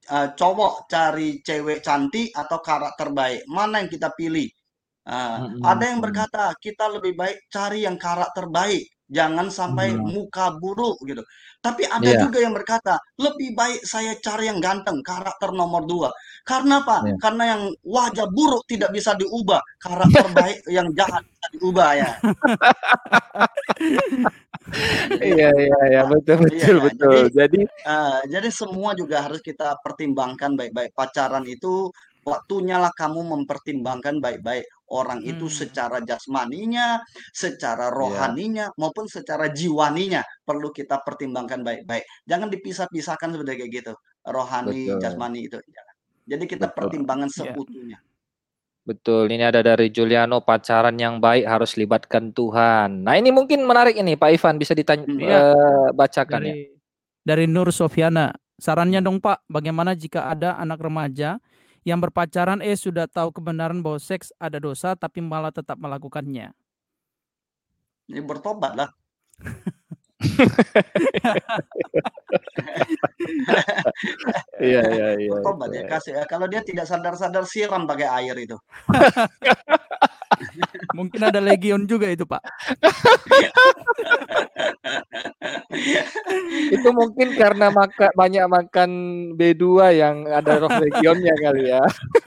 uh, cowok cari cewek cantik atau karakter baik, mana yang kita pilih? Uh, ada yang Mm-mm. berkata kita lebih baik cari yang karakter baik, jangan sampai Hmm. muka buruk gitu. Tapi ada Iya, juga yang berkata lebih baik saya cari yang ganteng, karakter nomor dua. Karena apa? iya. Karena yang wajah buruk tidak bisa diubah, karakter baik yang jahat bisa diubah ya. Jadi Iya, iya, iya, uh, betul, iya betul, ya. betul. Jadi Jadi, uh, jadi semua juga harus kita pertimbangkan baik-baik. Pacaran itu waktunya lah kamu mempertimbangkan baik-baik orang itu Hmm. secara jasmaninya, secara iya, rohaninya maupun secara jiwaninya perlu kita pertimbangkan baik-baik. Jangan dipisah-pisahkan seperti kayak gitu. Rohani, betul, jasmani itu jangan. Jadi kita betul, pertimbangan Ya. seutuhnya. betul. Ini ada dari Juliano, pacaran yang baik harus libatkan Tuhan. Nah, ini mungkin menarik ini, Pak Ivan, bisa ditanya, Hmm. Ya, eh, bacakan ya. dari dari Nur Sofiana. Sarannya dong Pak, bagaimana jika ada anak remaja yang berpacaran eh sudah tahu kebenaran bahwa seks ada dosa tapi malah tetap melakukannya? Ini bertobat lah. Iya, iya, iya. Bertobat Itu. ya kasih. Ya. Kalau dia tidak sadar-sadar siram pakai air itu. Mungkin ada legion juga itu Pak. Itu mungkin karena maka, banyak makan B dua yang ada roh legionnya kali ya.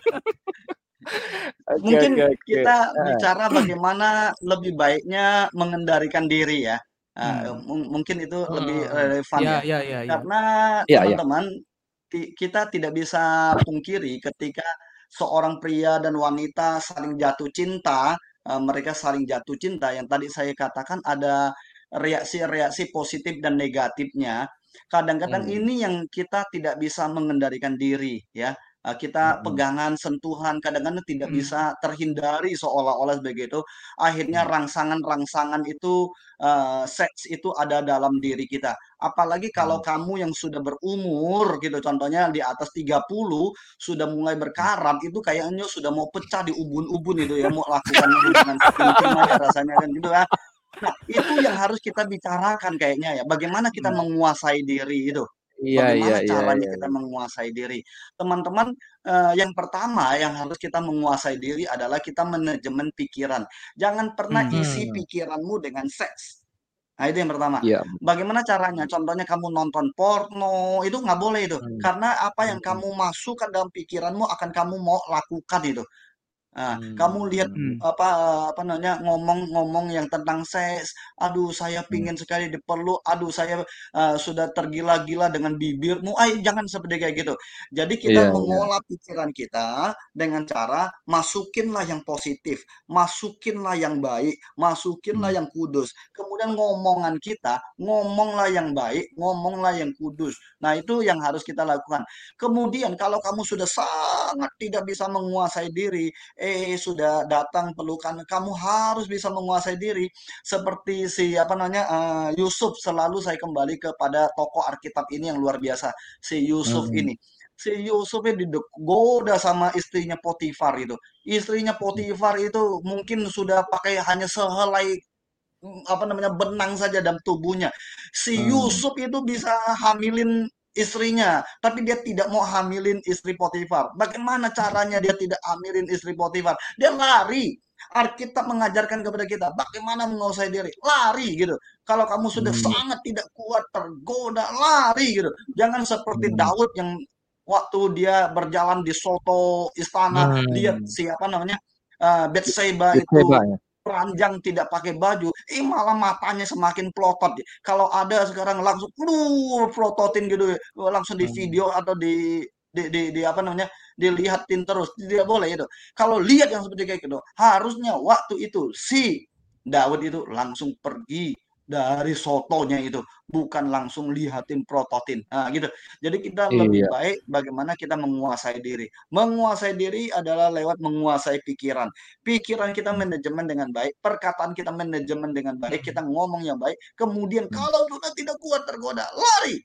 Oke, Mungkin oke, oke. kita Ah, bicara bagaimana lebih baiknya mengendalikan diri ya. Uh, Hmm. mung- mungkin itu lebih Eh, relevan ya, ya. ya, ya, ya. Karena Iya, iya. teman-teman ti- kita tidak bisa pungkiri ketika seorang pria dan wanita saling jatuh cinta, uh, mereka saling jatuh cinta yang tadi saya katakan ada reaksi-reaksi positif dan negatifnya. Kadang-kadang Hmm, ini yang kita tidak bisa mengendalikan diri ya. Uh, kita hmm, pegangan, sentuhan, kadang-kadang tidak Hmm. bisa terhindari seolah-olah begitu. Akhirnya hmm, rangsangan-rangsangan itu, uh, seks itu ada dalam diri kita. Apalagi kalau hmm, kamu yang sudah berumur gitu, contohnya di atas tiga puluh sudah mulai hmm. berkarat, itu kayaknya sudah mau pecah di ubun-ubun itu ya, mau lakukan hubungan intim aja rasanya kan gitu ya. Nah, itu yang harus kita bicarakan kayaknya ya. Bagaimana kita Hmm. menguasai diri itu? Iya, iya, Bagaimana iya, caranya iya, kita iya. menguasai diri? Teman-teman, eh, yang pertama yang harus kita menguasai diri adalah kita manajemen pikiran. Jangan pernah Hmm. isi Hmm, pikiranmu dengan seks. Nah, itu yang pertama. iya. Bagaimana caranya? Contohnya kamu nonton porno, itu nggak boleh itu. Hmm, Karena apa yang hmm, kamu masukkan dalam pikiranmu akan kamu mau lakukan itu. Nah, kamu lihat hmm, Hmm. apa apa namanya ngomong-ngomong yang tentang seks, aduh saya hmm. pingin sekali dipeluk, aduh saya uh, sudah tergila-gila dengan bibirmu, ay jangan seperti kayak gitu. Jadi kita Iya, iya. mengolah pikiran kita dengan cara masukinlah yang positif, masukinlah yang baik, masukinlah Hmm, yang kudus. Kemudian ngomongan kita, ngomonglah yang baik, ngomonglah yang kudus. Nah, itu yang harus kita lakukan. Kemudian kalau kamu sudah sangat tidak bisa menguasai diri, eh sudah datang pelukan, kamu harus bisa menguasai diri seperti si apa namanya eh, Yusuf. Selalu saya kembali kepada tokoh Alkitab ini yang luar biasa, si Yusuf hmm, ini. Si Yusuf ini digoda sama istrinya Potifar itu. Istrinya Potifar itu mungkin sudah pakai hanya sehelai mm, apa namanya benang saja dalam tubuhnya. Si hmm, Yusuf itu bisa hamilin istrinya, tapi dia tidak mau hamilin istri Potifar. Bagaimana caranya dia tidak hamilin istri Potifar? Dia lari. Alkitab mengajarkan kepada kita bagaimana menguasai diri. Lari gitu. Kalau kamu sudah hmm, sangat tidak kuat tergoda, lari gitu. Jangan seperti hmm, Daud yang waktu dia berjalan di soto istana, lihat hmm. siapa namanya uh, Betseba Itu itu hebat ya. telanjang tidak pakai baju, eh malah matanya semakin pelotot. Kalau ada sekarang langsung lu pelototin gitu, langsung di Hmm, video atau di di, di, di apa namanya dilihatin terus, tidak boleh itu. Kalau lihat yang seperti kayak gitu, harusnya waktu itu si Daud itu langsung pergi dari sotonya itu, bukan langsung lihatin prototin. Nah, gitu. Jadi kita lebih iya. baik bagaimana kita menguasai diri. Menguasai diri adalah lewat menguasai pikiran. Pikiran kita Hmm, manajemen dengan baik, perkataan kita manajemen dengan baik, Hmm. kita ngomong yang baik, kemudian hmm, kalau sudah tidak kuat tergoda, lari,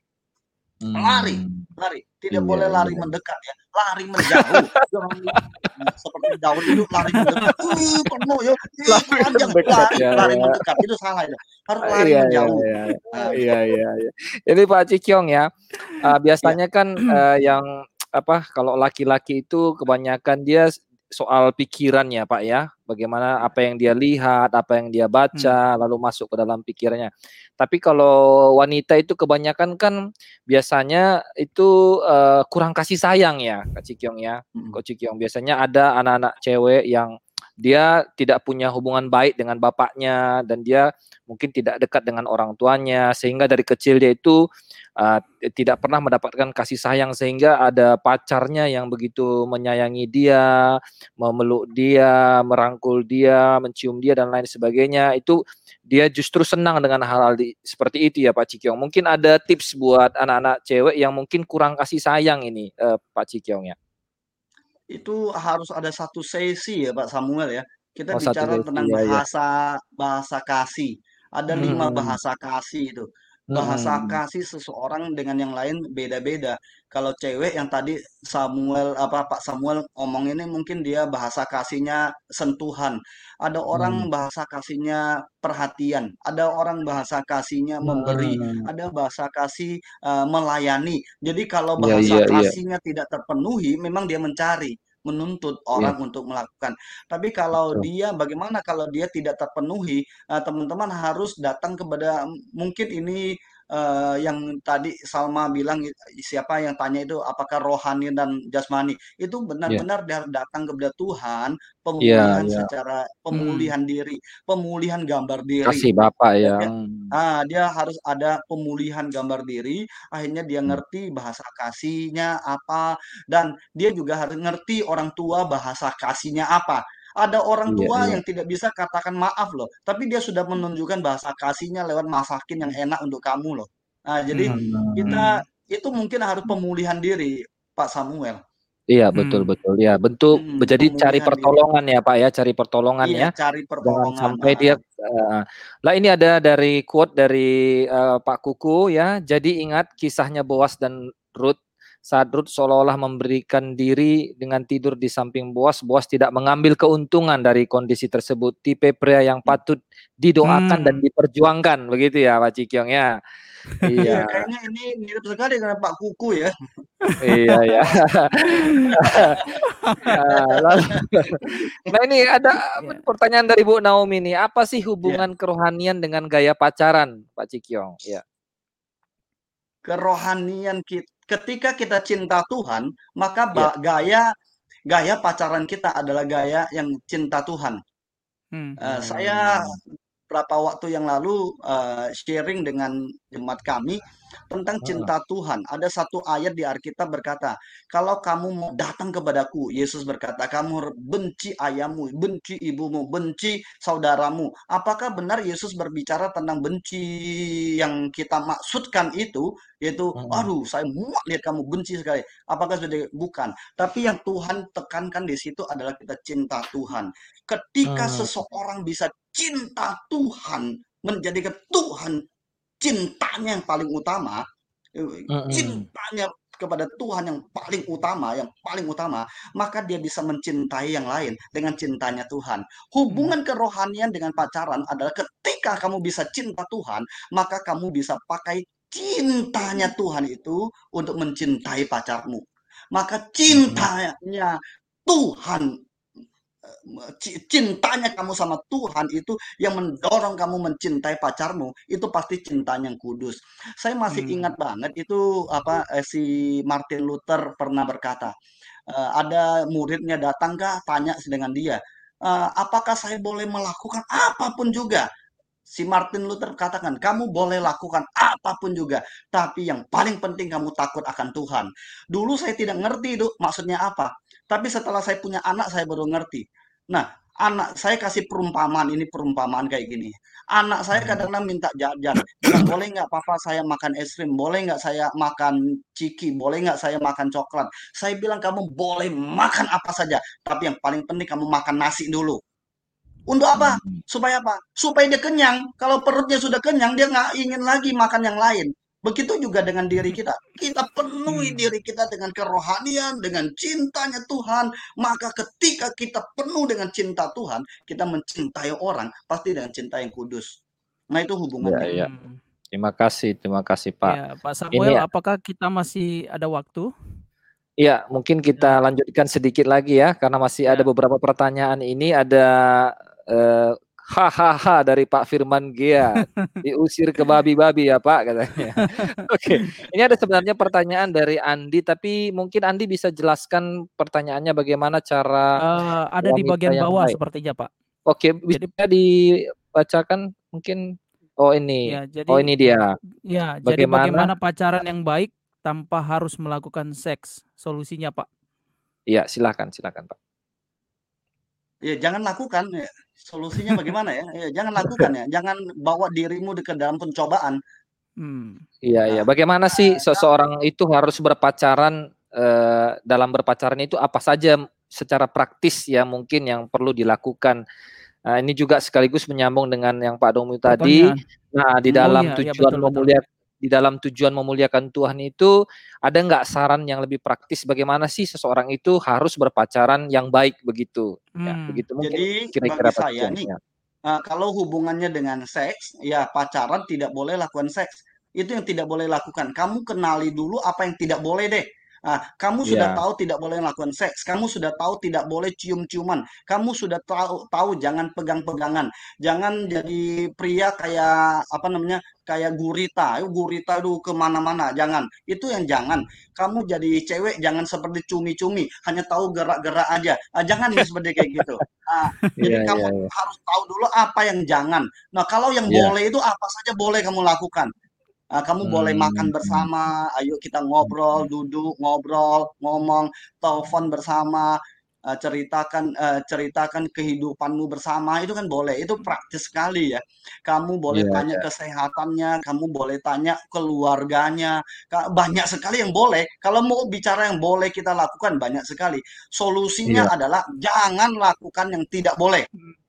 lari, hmm. lari. Tidak Iya, boleh lari iya. mendekat ya, lari menjauh. Jangan nah, seperti Daud itu lari mendekat, uh, penuh ya, ih, Lari telanjang, mendekat lari, ya, lari ya. mendekat, itu salah itu. Harus lari Iya, iya, menjauh. iya. Nah, Iya, iya, iya. Jadi Pak Cikyong ya, uh, ya, biasanya kan uh, yang apa, kalau laki-laki itu kebanyakan dia soal pikirannya, Pak, ya. Bagaimana apa yang dia lihat, apa yang dia baca, Hmm. lalu masuk ke dalam pikirannya. Tapi kalau wanita itu kebanyakan kan biasanya itu uh, kurang kasih sayang ya, Kak Cikyong ya. Mm. Kak Cikyong biasanya ada anak-anak cewek yang dia tidak punya hubungan baik dengan bapaknya dan dia mungkin tidak dekat dengan orang tuanya sehingga dari kecil dia itu uh, tidak pernah mendapatkan kasih sayang sehingga ada pacarnya yang begitu menyayangi dia, memeluk dia, merangkul dia, mencium dia dan lain sebagainya. Itu dia justru senang dengan hal-hal di, seperti itu ya Pak Cikyong. Mungkin ada tips buat anak-anak cewek yang mungkin kurang kasih sayang ini uh, Pak Cikyong ya. Itu harus ada satu sesi ya Pak Samuel ya. Kita Oh, satu bicara sesi tentang ya ya. bahasa bahasa kasih. Ada lima Hmm. bahasa kasih itu. Bahasa Hmm. kasih seseorang dengan yang lain beda-beda. Kalau cewek yang tadi Samuel apa Pak Samuel ngomong ini mungkin dia bahasa kasihnya sentuhan. Ada orang Hmm. bahasa kasihnya perhatian. Ada orang bahasa kasihnya memberi. Hmm. Ada bahasa kasih uh, melayani. Jadi kalau Iya bahasa iya iya. kasihnya tidak terpenuhi, memang dia mencari, menuntut Iya. orang untuk melakukan. Tapi kalau Betul. dia, bagaimana kalau dia tidak terpenuhi, uh, teman-teman harus datang kepada, mungkin ini uh, yang tadi Salma bilang, siapa yang tanya itu, apakah rohani dan jasmani? Itu Iya. benar-benar dia harus datang kepada Tuhan, Iya pemulihan iya. secara, Hmm. pemulihan diri, pemulihan gambar diri. Kasih Bapak Ya, ya. dia, ah, dia harus ada pemulihan gambar diri, akhirnya dia Hmm. ngerti bahasa kasihnya apa, dan dia juga harus ngerti orang tua bahasa kasihnya apa. Ada orang Iya tua iya. yang tidak bisa katakan maaf loh, tapi dia sudah menunjukkan bahasa kasihnya lewat masakin yang enak untuk kamu loh. Nah, jadi Hmm. kita Hmm. itu mungkin harus pemulihan diri, Pak Samuel. Iya betul Hmm. betul ya. Bentuk Mm, jadi cari pemulihan diri. pertolongan ya Pak ya, cari pertolongan Iya, ya. cari Jangan pertolongan. sampai Ah, dia ah. uh, lah ini ada dari quote dari uh, Pak Kuku ya. Jadi ingat kisahnya Boas dan Ruth. Saat Ruth seolah-olah memberikan diri dengan tidur di samping Boas, Boas tidak mengambil keuntungan dari kondisi tersebut. Tipe pria yang patut didoakan dan Hmm. diperjuangkan, begitu ya Pak Cikyong ya. Iya, Iya. kayaknya ini mirip sekali dengan Pak Kuku ya. Iya ya. Uh, lalu, nah ini ada Ya. pertanyaan dari Bu Naomi nih. Apa sih Ya, hubungan kerohanian dengan gaya pacaran, Pak Cikyong? Ya. kerohanian kita, ketika kita cinta Tuhan, maka Ya. ba- gaya gaya pacaran kita adalah gaya yang cinta Tuhan. Hmm. Eh, saya Hmm. beberapa waktu yang lalu uh, sharing dengan jemaat kami tentang Hmm. cinta Tuhan. Ada satu ayat di Alkitab berkata, kalau kamu mau datang kepadaku, Yesus berkata, kamu benci ayahmu, benci ibumu, benci saudaramu. Apakah benar Yesus berbicara tentang benci yang kita maksudkan itu, yaitu, Hmm. aduh, saya muak lihat kamu benci sekali. Apakah sudah bukan? Tapi yang Tuhan tekankan di situ adalah kita cinta Tuhan. Ketika Hmm. seseorang bisa cinta Tuhan, menjadikan Tuhan cintanya yang paling utama, Hmm. cintanya kepada Tuhan yang paling utama, yang paling utama, maka dia bisa mencintai yang lain dengan cintanya Tuhan. Hmm. Hubungan kerohanian dengan pacaran adalah ketika kamu bisa cinta Tuhan, maka kamu bisa pakai cintanya Tuhan itu untuk mencintai pacarmu. Maka Hmm. cintanya Tuhan, cintanya kamu sama Tuhan itu yang mendorong kamu mencintai pacarmu, itu pasti cintanya yang kudus. Saya masih Hmm. ingat banget itu apa eh, si Martin Luther pernah berkata, eh, ada muridnya datang kah tanya dengan dia, "Eh, apakah saya boleh melakukan apapun juga?" Si Martin Luther katakan, kamu boleh lakukan apapun juga, tapi yang paling penting kamu takut akan Tuhan. Dulu saya tidak ngerti itu maksudnya apa, tapi setelah saya punya anak saya baru ngerti. Nah, anak saya kasih perumpamaan, ini perumpamaan kayak gini. Anak saya kadang-kadang minta jajan, bilang boleh nggak papa saya makan es krim, boleh nggak saya makan ciki, boleh nggak saya makan coklat. Saya bilang kamu boleh makan apa saja, tapi yang paling penting kamu makan nasi dulu. Untuk apa? Hmm. Supaya apa? Supaya dia kenyang. Kalau perutnya sudah kenyang, dia nggak ingin lagi makan yang lain. Begitu juga dengan diri kita. Kita penuhi Hmm. diri kita dengan kerohanian, dengan cintanya Tuhan. Maka ketika kita penuh dengan cinta Tuhan, kita mencintai orang, pasti dengan cinta yang kudus. Nah, itu Ya, hubungannya. ya. Hmm. Terima kasih, terima kasih Pak. Ya, Pak Ini Samuel, apakah kita masih ada waktu? Iya, mungkin kita lanjutkan sedikit lagi ya, karena masih Ya. ada beberapa pertanyaan ini. Ada eh, hahaha dari Pak Firman Gia, diusir ke babi-babi ya Pak katanya. Oke, ini ada sebenarnya pertanyaan dari Andi, tapi mungkin Andi bisa jelaskan pertanyaannya bagaimana cara Uh, ada di wanita bagian yang bawah baik. sepertinya Pak. Oke, Jadi bisa dibacakan mungkin. Oh ini, ya, jadi oh ini dia. ya, jadi Bagaimana? bagaimana pacaran yang baik tanpa harus melakukan seks? Solusinya Pak. Iya, silakan, silakan Pak. Ya jangan lakukan ya. Solusinya bagaimana ya? Ya jangan lakukan ya. Jangan bawa dirimu ke dalam pencobaan. Hmm. Iya, iya. Nah, Bagaimana sih eh, seseorang itu harus berpacaran, eh, dalam berpacaran itu apa saja secara praktis ya mungkin yang perlu dilakukan. Nah, ini juga sekaligus menyambung dengan yang Pak Domu tadi. Pertanyaan. Nah, di Hmm. Oh dalam iya, iya tujuan betul betul. memuliakan di dalam tujuan memuliakan Tuhan itu ada nggak saran yang lebih praktis bagaimana sih seseorang itu harus berpacaran yang baik begitu? Ya, Hmm. begitu mungkin Jadi kira-kira bagi saya nih, petiannya. uh, kalau hubungannya dengan seks, ya pacaran tidak boleh lakukan seks. Itu yang tidak boleh lakukan. Kamu kenali dulu apa yang tidak boleh deh. Nah, kamu sudah Iya, tahu tidak boleh melakukan seks, kamu sudah tahu tidak boleh cium-ciuman, kamu sudah tahu tahu jangan pegang-pegangan, jangan jadi pria kayak apa namanya kayak gurita, Yuk, gurita itu kemana-mana, jangan. Itu yang jangan. Kamu jadi cewek jangan seperti cumi-cumi, hanya tahu gerak-gerak aja. Ah, jangan ya seperti kayak gitu. Ah, iya, jadi kamu iya, iya. harus tahu dulu apa yang jangan. Nah, kalau yang Iya. boleh itu apa saja boleh kamu lakukan. Ah, kamu boleh makan Hmm. bersama, ayo kita ngobrol, duduk, ngobrol, ngomong, telepon bersama, ah, ceritakan eh, ceritakan kehidupanmu bersama, itu kan boleh. Itu praktis sekali ya. Kamu boleh Iya, tanya iya. kesehatannya, kamu boleh tanya keluarganya. Ka- Banyak sekali yang boleh. Kalau mau bicara yang boleh kita lakukan banyak sekali. Solusinya Iya. adalah jangan lakukan yang tidak boleh.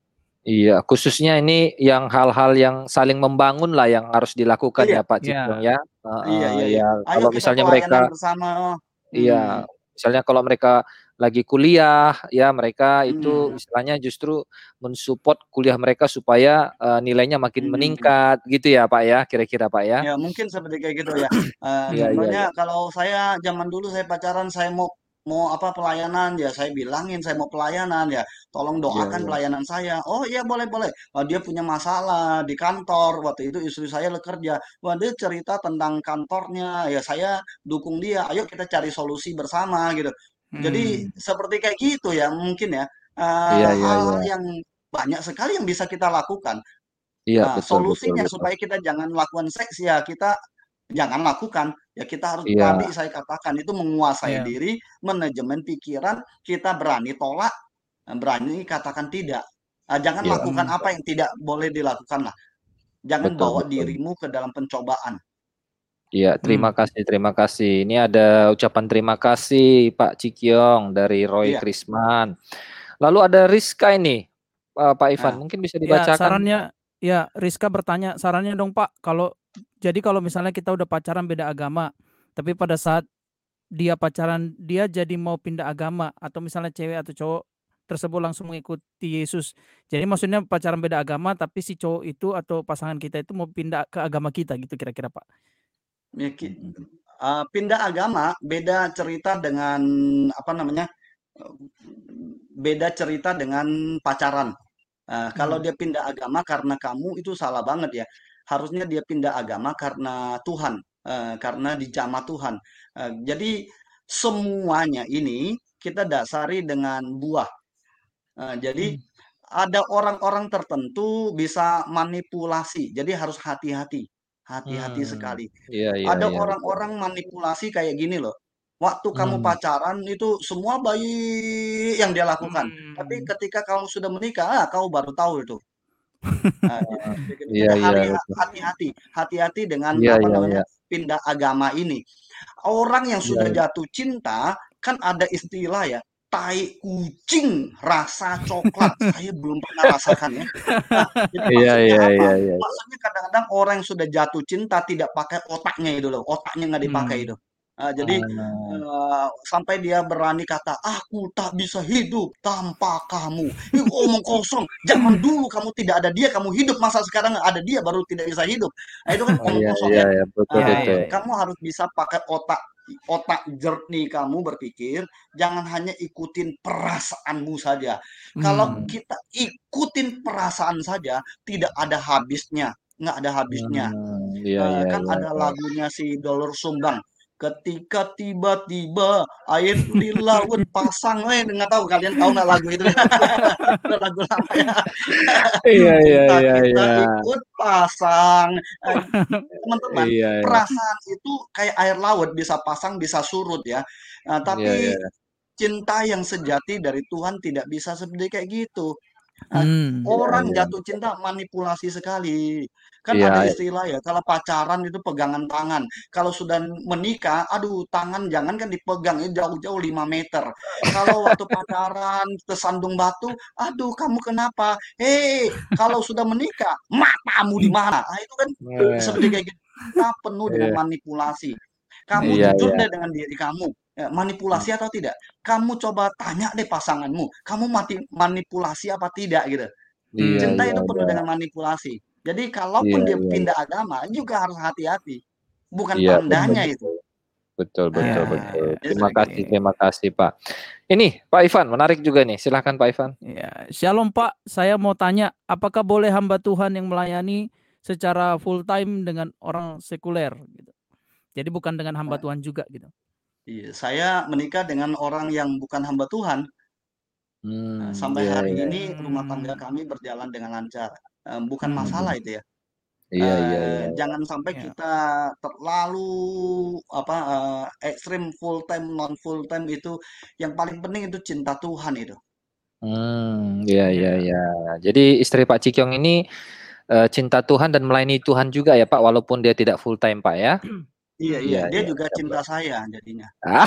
Iya, khususnya ini yang hal-hal yang saling membangun lah yang harus dilakukan Iya, ya Pak Ya. Cikyong ya. iya, Heeh, iya, iya. ya Ayo kalau kita misalnya pelayanan mereka, bersama. iya, Hmm. misalnya kalau mereka lagi kuliah ya mereka itu Hmm. istilahnya justru mensupport kuliah mereka supaya eh, nilainya makin Hmm. meningkat gitu ya Pak ya, kira-kira Pak ya. Ya mungkin seperti kayak gitu ya. Eh, Iya, iya, contohnya iya. kalau saya zaman dulu saya pacaran, saya mau mau apa pelayanan ya saya bilangin saya mau pelayanan ya tolong Iya, doakan iya. pelayanan saya. Oh iya boleh boleh. Oh, dia punya masalah di kantor waktu itu istri saya kerja. Wah dia cerita tentang kantornya ya saya dukung dia. Ayo kita cari solusi bersama gitu. Jadi Hmm. seperti kayak gitu ya mungkin ya. Iya, Eh, iya, iya. hal-hal yang banyak sekali yang bisa kita lakukan. Iya, Nah, betul, betul, solusinya betul. supaya kita jangan melakukan seks ya kita jangan lakukan. Ya kita harus tadi Iya, saya katakan itu menguasai Ya. diri, manajemen pikiran, kita berani tolak, berani katakan tidak. Ah, jangan iya. lakukan Hmm. apa yang tidak boleh dilakukan lah. Jangan Betul, bawa betul. dirimu ke dalam pencobaan. Iya, terima Hmm. kasih, terima kasih. Ini ada ucapan terima kasih Pak Cikyong dari Roy Iya. Krisman. Lalu ada Rizka ini, uh, Pak Ivan, Nah, mungkin bisa Ya, dibacakan? sarannya ya Rizka bertanya, sarannya dong Pak, kalau jadi kalau misalnya kita udah pacaran beda agama, tapi pada saat dia pacaran dia jadi mau pindah agama atau misalnya cewek atau cowok tersebut langsung mengikuti Yesus. Jadi maksudnya pacaran beda agama tapi si cowok itu atau pasangan kita itu mau pindah ke agama kita gitu kira-kira Pak. ya, ki- eh, pindah agama beda cerita dengan apa namanya? eh, Beda cerita dengan pacaran. Nah, kalau Hmm. dia pindah agama karena kamu itu salah banget ya. Harusnya dia pindah agama karena Tuhan, eh, karena dijamah Tuhan. Eh, jadi semuanya ini kita dasari dengan buah. Eh, jadi Hmm. ada orang-orang tertentu bisa manipulasi. Jadi harus hati-hati, hati-hati Hmm, sekali. iya, iya, Ada iya, betul. orang-orang manipulasi kayak gini loh. Waktu kamu Hmm, pacaran itu semua baik yang dia lakukan. Tapi Hmm. ketika kamu sudah menikah, ah, kamu baru tahu itu. Nah, jadi seperti itu. iya, Jadi iya, hari betul. hati-hati, hati-hati dengan Iya, apa iya, namanya iya, pindah agama ini. Orang yang iya, sudah iya. jatuh cinta kan ada istilah ya, tai kucing rasa coklat. Saya belum pernah rasakan ya. Nah, jadi Iya, maksudnya iya, apa? iya, iya. Maksudnya kadang-kadang orang yang sudah jatuh cinta tidak pakai otaknya itu loh, otaknya nggak dipakai Hmm. itu. Nah, jadi Ah, eh, sampai dia berani kata, aku tak bisa hidup tanpa kamu. Ih, omong kosong. Zaman dulu kamu tidak ada dia, kamu hidup. Masa sekarang ada dia baru tidak bisa hidup. Nah, itu kan oh, omong iya, kosong iya, ya. iya, betul, Ya, Nah, ya, betul. ya. kamu harus bisa pakai otak. otak jernih kamu berpikir, jangan hanya ikutin perasaanmu saja. Kalau Hmm. kita ikutin perasaan saja, tidak ada habisnya, nggak ada habisnya. Hmm, iya Eh, iya kan iya. ada lagunya si Dolor Sumbang. Ketika tiba-tiba air di laut pasang, eh nggak tahu kalian tahu nggak lagu itu? Itu lagu lama ya. Iya iya Cinta iya kita iya. ikut pasang. Eh, teman-teman, Iya iya. perasaan itu kayak air laut, bisa pasang, bisa surut ya. Nah, Iya tapi iya. cinta yang sejati dari Tuhan tidak bisa seperti kayak gitu. Nah, Hmm. Iya orang iya. jatuh cinta manipulasi sekali. Kan Iya. ada istilah ya, kalau pacaran itu pegangan tangan. Kalau sudah menikah, aduh tangan jangan kan dipegang, ya jauh-jauh lima meter. Kalau waktu pacaran tersandung batu, aduh kamu kenapa? Hei, kalau sudah menikah, matamu di mana? Ah, itu kan Iya seperti kayak gitu. Kita penuh dengan iya. manipulasi. Kamu Iya jujur iya. deh dengan diri kamu. Ya, manipulasi atau tidak? Kamu coba tanya deh pasanganmu, kamu mati manipulasi apa tidak gitu. Iya Cinta Hmm. iya itu penuh iya. dengan manipulasi. Jadi Iya kalaupun dia iya. pindah agama juga harus hati-hati. Bukan Iya betul tandanya itu. betul. Betul Ya, betul Nah, betul. ya, dia Terima sudah oke. kayak kasih terima kasih Pak. Ini Pak Ivan menarik juga nih. Silahkan Pak Ivan. Ya, Shalom Pak, saya mau tanya, apakah boleh hamba Tuhan yang melayani secara full time dengan orang sekuler gitu? Jadi bukan dengan hamba Nah, Tuhan juga gitu. iya, saya menikah dengan orang yang bukan hamba Tuhan. Nah, Hmm, sampai iya hari iya. ini rumah tangga Hmm. kami berjalan dengan lancar. Eh, bukan Hmm. masalah Hmm. itu ya. Iya iya Eh, iya. jangan sampai Ya. kita terlalu apa eh, ekstrim full time non full time itu. Yang paling penting itu cinta Tuhan itu. Hmm, iya iya Ya. iya. Jadi istri Pak Cikyong ini eh, cinta Tuhan dan melayani Tuhan juga ya Pak, walaupun dia tidak full time Pak ya. Iya, Hmm. iya, Iya dia iya. juga Iya, cinta Pak. saya jadinya.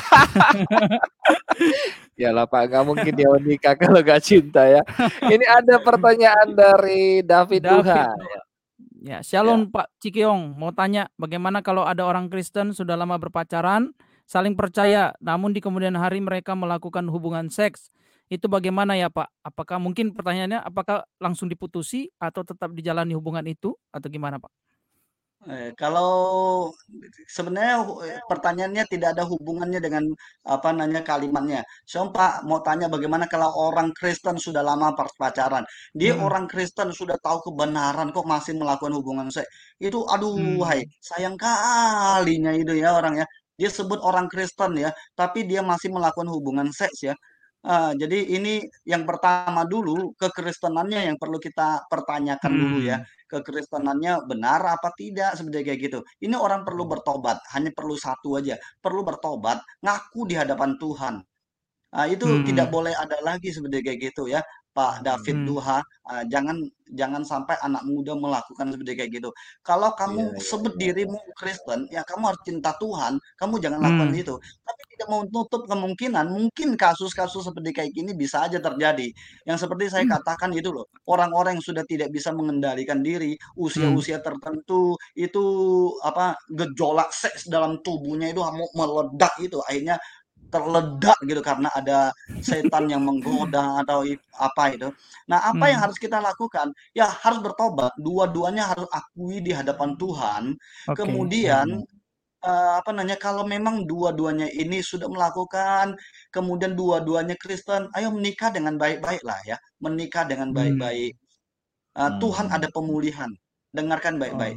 Yalah Pak, nggak mungkin dia menikah kalau nggak cinta ya. Ini ada pertanyaan dari David Duha. David doa. Ya, Ya. Shalom Pak Cikyong, mau tanya bagaimana kalau ada orang Kristen sudah lama berpacaran, saling percaya, namun di kemudian hari mereka melakukan hubungan seks. Itu bagaimana ya Pak? Apakah mungkin pertanyaannya apakah langsung diputusi atau tetap dijalani hubungan itu atau gimana Pak? Eh, kalau sebenarnya hu- eh, pertanyaannya tidak ada hubungannya dengan apa namanya kalimatnya. So, Pak mau tanya bagaimana kalau orang Kristen sudah lama par- pacaran, dia Hmm. orang Kristen sudah tahu kebenaran kok masih melakukan hubungan seks. Itu aduh, hai, Hmm. sayang kalinya itu ya orang ya. Dia sebut orang Kristen ya, tapi dia masih melakukan hubungan seks ya. Ah, jadi ini yang pertama dulu kekristenannya yang perlu kita pertanyakan dulu ya, Hmm. kekristenannya benar apa tidak seperti kayak gitu. Ini orang perlu bertobat, hanya perlu satu aja, perlu bertobat, ngaku di hadapan Tuhan. Ah, itu tidak Hmm. boleh ada lagi seperti kayak gitu ya, Pak David Hmm. Duha. Ah, jangan jangan sampai anak muda melakukan seperti kayak gitu. Kalau Iya kamu iya sebut iya. dirimu Kristen, ya kamu harus cinta Tuhan. Kamu jangan lakukan Hmm. itu. Tapi tidak mau menutup kemungkinan, mungkin kasus-kasus seperti kayak gini bisa aja terjadi. Yang seperti saya katakan itu loh, orang-orang yang sudah tidak bisa mengendalikan diri, Hmm. usia-usia tertentu itu apa gejolak seks dalam tubuhnya itu mau meledak itu, akhirnya terledak gitu karena ada setan yang menggoda atau i- apa itu. Nah, apa yang Hmm. harus kita lakukan? Ya harus bertobat. Dua-duanya harus akui di hadapan Tuhan. Oke. Kemudian eh, apa namanya? Kalau memang dua-duanya ini sudah melakukan, kemudian dua-duanya Kristen, ayo menikah dengan baik-baik lah ya. Menikah dengan Hmm. baik-baik. Eh, Tuhan Hmm. ada pemulihan. Dengarkan baik-baik. Oh.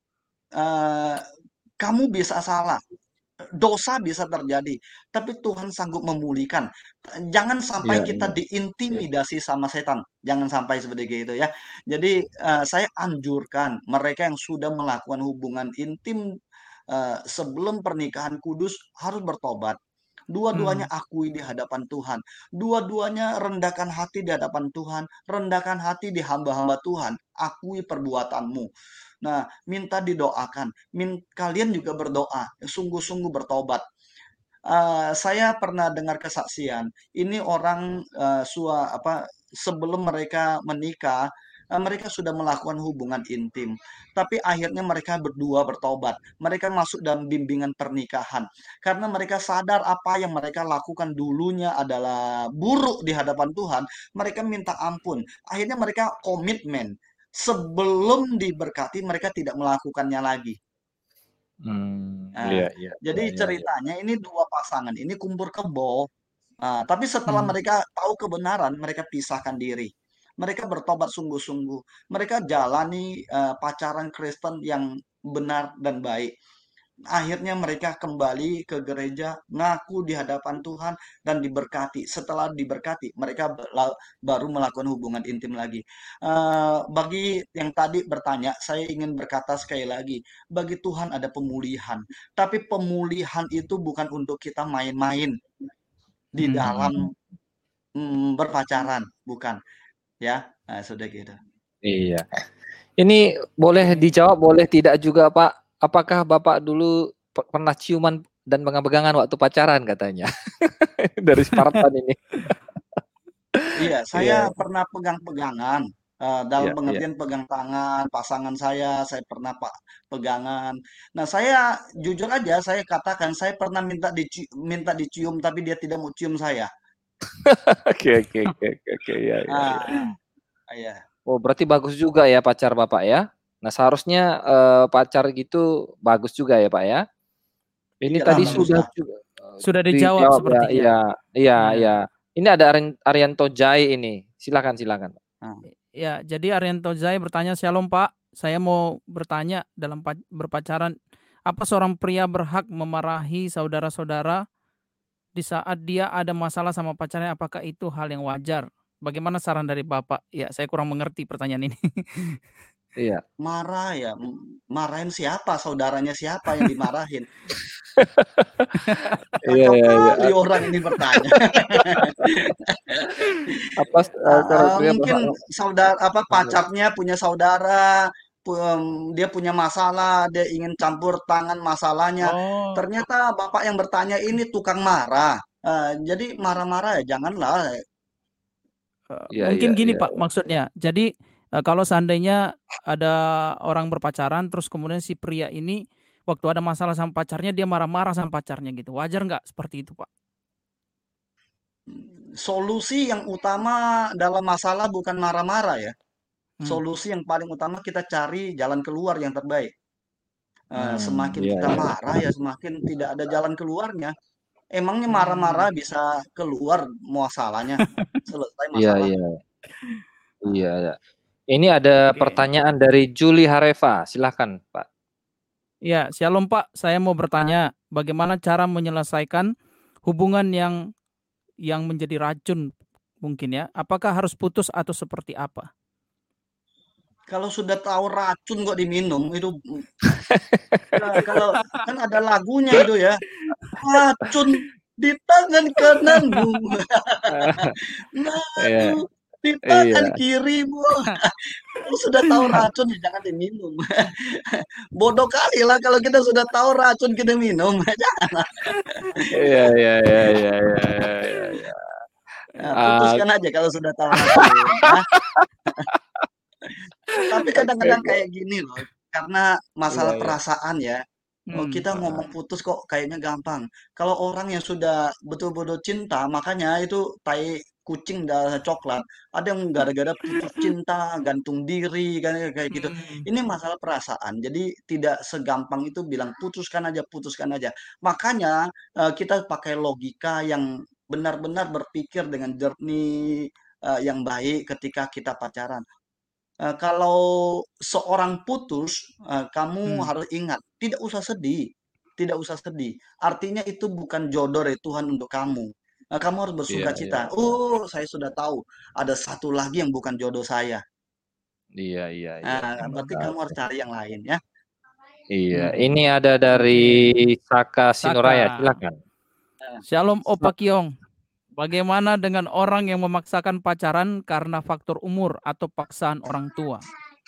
Eh, kamu bisa salah, dosa bisa terjadi, tapi Tuhan sanggup memulihkan. Jangan sampai Iya kita iya. diintimidasi sama setan. Jangan sampai seperti itu ya. Jadi eh, saya anjurkan mereka yang sudah melakukan hubungan intim eh, sebelum pernikahan kudus harus bertobat. Dua-duanya Hmm. akui di hadapan Tuhan. Dua-duanya rendahkan hati di hadapan Tuhan. Rendahkan hati di hamba-hamba Tuhan. Akui perbuatanmu. Nah, minta didoakan. Min, kalian juga berdoa, sungguh-sungguh bertobat. Eh, saya pernah dengar kesaksian. Ini orang eh, sua apa sebelum mereka menikah, eh, mereka sudah melakukan hubungan intim. Tapi akhirnya mereka berdua bertobat. Mereka masuk dalam bimbingan pernikahan karena mereka sadar apa yang mereka lakukan dulunya adalah buruk di hadapan Tuhan. Mereka minta ampun. Akhirnya mereka komitmen. Sebelum diberkati, mereka tidak melakukannya lagi. Hmm, Nah, iya, iya, jadi iya, iya, iya. ceritanya ini dua pasangan ini kumpul kebo. Nah, tapi setelah Hmm. mereka tahu kebenaran, mereka pisahkan diri. Mereka bertobat sungguh-sungguh. Mereka jalani eh, pacaran Kristen yang benar dan baik. Akhirnya mereka kembali ke gereja, ngaku di hadapan Tuhan dan diberkati. Setelah diberkati, mereka bela- baru melakukan hubungan intim lagi. Eh, bagi yang tadi bertanya, saya ingin berkata sekali lagi, bagi Tuhan ada pemulihan. Tapi pemulihan itu bukan untuk kita main-main di Hmm. dalam mm, berpacaran, bukan. Ya, nah, sudah gitu. Iya. Ini boleh Oke. dijawab, boleh tidak juga, Pak. Apakah Bapak dulu pe- pernah ciuman dan pegang-pegangan waktu pacaran katanya? Dari Spartan ini. Iya, saya Iya, pernah pegang-pegangan. Eh, dalam iya, iya. pengertian pegang tangan, pasangan saya, saya pernah pak pegangan. Nah, saya jujur aja, saya katakan saya pernah minta dici- minta dicium, tapi dia tidak mau cium saya. Oke, oke, oke, oke, oke, iya, iya, iya. Ah, iya, Oh, berarti bagus juga ya pacar Bapak ya? Nah, seharusnya eh, pacar gitu bagus juga ya, Pak ya? Ini iyalah tadi Hmm. sudah baguslah. juga eh, Sudah dijawab dijawab ya, sepertinya. iya, iya, Ya. iya. Ini ada Aryan- Arianto Jai ini. Silakan, silakan. Nah, Ya, jadi Arianto Zai bertanya, Shalom Pak, saya mau bertanya dalam pa- berpacaran, apa seorang pria berhak memarahi saudara-saudara di saat dia ada masalah sama pacarnya? Apakah itu hal yang wajar? Bagaimana saran dari Bapak? Ya, saya kurang mengerti pertanyaan ini. Iya. marah ya, M- marahin siapa? Saudaranya siapa yang dimarahin? Iya, Kacau iya, iya. kali orang ini bertanya. Apa eh, Ah, seorang ah, pria berhak mungkin saudara apa pacarnya punya saudara, pu- em, dia punya masalah, dia ingin campur tangan masalahnya. Oh, Ternyata bapak yang bertanya ini tukang marah. Ah, jadi marah-marah ya janganlah. eh, Iya, iya, mungkin gini iya. Pak maksudnya. Jadi eh, kalau seandainya ada orang berpacaran, terus kemudian si pria ini waktu ada masalah sama pacarnya, dia marah-marah sama pacarnya gitu. Wajar nggak seperti itu Pak? Solusi yang utama dalam masalah bukan marah-marah ya. Hmm. Solusi yang paling utama kita cari jalan keluar yang terbaik. Eh, Hmm, semakin iya, kita iya. marah ya semakin tidak ada jalan keluarnya. Emangnya Hmm. marah-marah bisa keluar masalahnya? Selesai Iya, masalah. iya. Iya, iya. Ini ada Oke. pertanyaan dari Julie Hareva. Silahkan, Pak. Ya, Shalom Pak, saya mau bertanya, bagaimana cara menyelesaikan hubungan yang yang menjadi racun mungkin ya? Apakah harus putus atau seperti apa? Kalau sudah tahu racun kok diminum itu ya, kalau kan ada lagunya itu ya. Racun di tangan kananmu, Iya, madu di iya, tangan kirimu. Kalau sudah tahu racun ya jangan diminum. Bodoh kali lah kalau kita sudah tahu racun kita minum. Janganlah. iya, iya, iya, iya, iya, iya, iya. Nah, Ah, putuskan aja kalau sudah tahu racun. Ya. Tapi oke, kadang-kadang oke. kayak gini loh, karena Iya, masalah iya. perasaan ya. Oh, Hmm. kita ngomong putus kok kayaknya gampang. Kalau orang yang sudah betul-betul cinta, makanya itu tai kucing dan coklat. Ada yang gara-gara putus cinta, gantung diri, kan kayak gitu. Hmm. Ini masalah perasaan. Jadi tidak segampang itu bilang putuskan aja, putuskan aja. Makanya eh, kita pakai logika yang benar-benar berpikir dengan jernih, eh, yang baik ketika kita pacaran. Eh, kalau seorang putus, eh, kamu Hmm. harus ingat, tidak usah sedih, tidak usah sedih. Artinya itu bukan jodoh dari Tuhan untuk kamu. Eh, kamu harus Iya, iya, bersukacita. iya. Oh, saya sudah tahu ada satu lagi yang bukan jodoh saya. Iya, iya, iya. Nah, berarti Benar. kamu harus cari yang lain ya. Iya, Hmm. ini ada dari Oke. Saka Sinuraya. Saka. Silakan. Shalom Sa- Opa Kiong. Bagaimana dengan orang yang memaksakan pacaran karena faktor umur atau paksaan orang tua?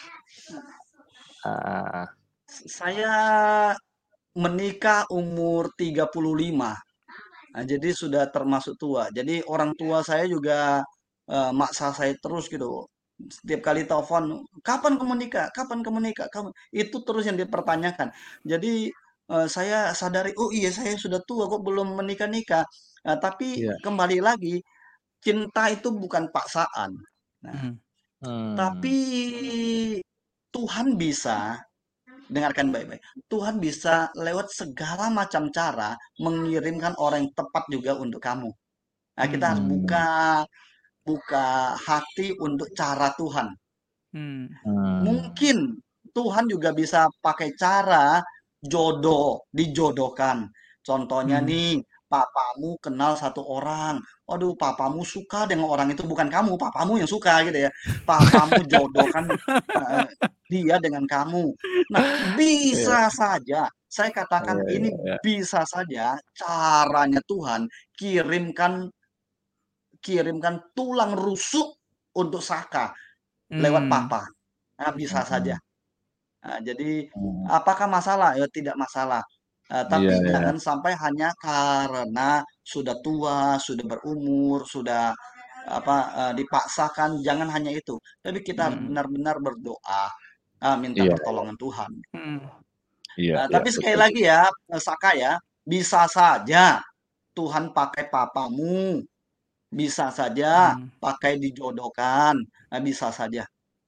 ah, Saya menikah umur tiga puluh lima. Nah, jadi sudah termasuk tua. Jadi orang tua saya juga eh, maksa saya terus gitu. Setiap kali telepon, kapan kamu nikah? Kapan kamu nikah? Kamu itu terus yang dipertanyakan. Jadi eh, saya sadari, oh iya saya sudah tua kok belum menikah-nikah. Nah, tapi iya. kembali lagi, cinta itu bukan paksaan. Nah, Hmm. tapi Hmm. Tuhan bisa dengarkan baik-baik. Tuhan bisa lewat segala macam cara mengirimkan orang yang tepat juga untuk kamu. Nah, kita harus Hmm. buka Hmm. buka hati untuk cara Tuhan. Hmm. Hmm. Mungkin Tuhan juga bisa pakai cara jodoh, dijodohkan. Contohnya Hmm. nih, papamu kenal satu orang. Waduh, papamu suka dengan orang itu, bukan kamu, papamu yang suka gitu ya. Papamu jodohkan eh, dia dengan kamu. Nah, Iya, bisa saja, saya katakan iya, ini iya. bisa saja caranya Tuhan kirimkan kirimkan tulang rusuk untuk Saka lewat Hmm. papa. Nah, bisa saja. Hmm. Nah, jadi Hmm. apakah masalah? Ya tidak masalah. Eh, Iya, tapi iya. jangan sampai hanya karena sudah tua, sudah berumur, sudah apa eh, dipaksakan. Jangan hanya itu. Tapi kita harus Hmm. benar-benar berdoa, ah, minta Iya, pertolongan Tuhan. Hmm. iya, Eh, iya, tapi sekali betul. lagi ya, eh, Saka ya, bisa saja Tuhan pakai papamu, bisa saja Hmm. pakai dijodohkan, nah, bisa saja.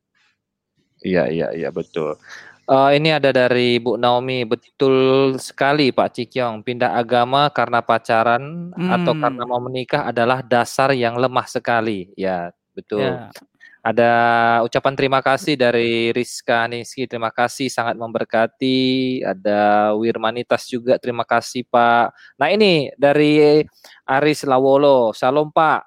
Iya, iya, iya, betul. Eh, ini ada dari Bu Naomi, betul sekali Pak Cikyong, pindah agama karena pacaran atau karena Hmm. mau menikah adalah dasar yang lemah sekali. Ya, betul. Ya. Ada ucapan terima kasih dari Rizka Niski, terima kasih sangat memberkati. Ada Wirmanitas juga, terima kasih Pak. Nah ini dari Aris Lawolo, Shalom Pak.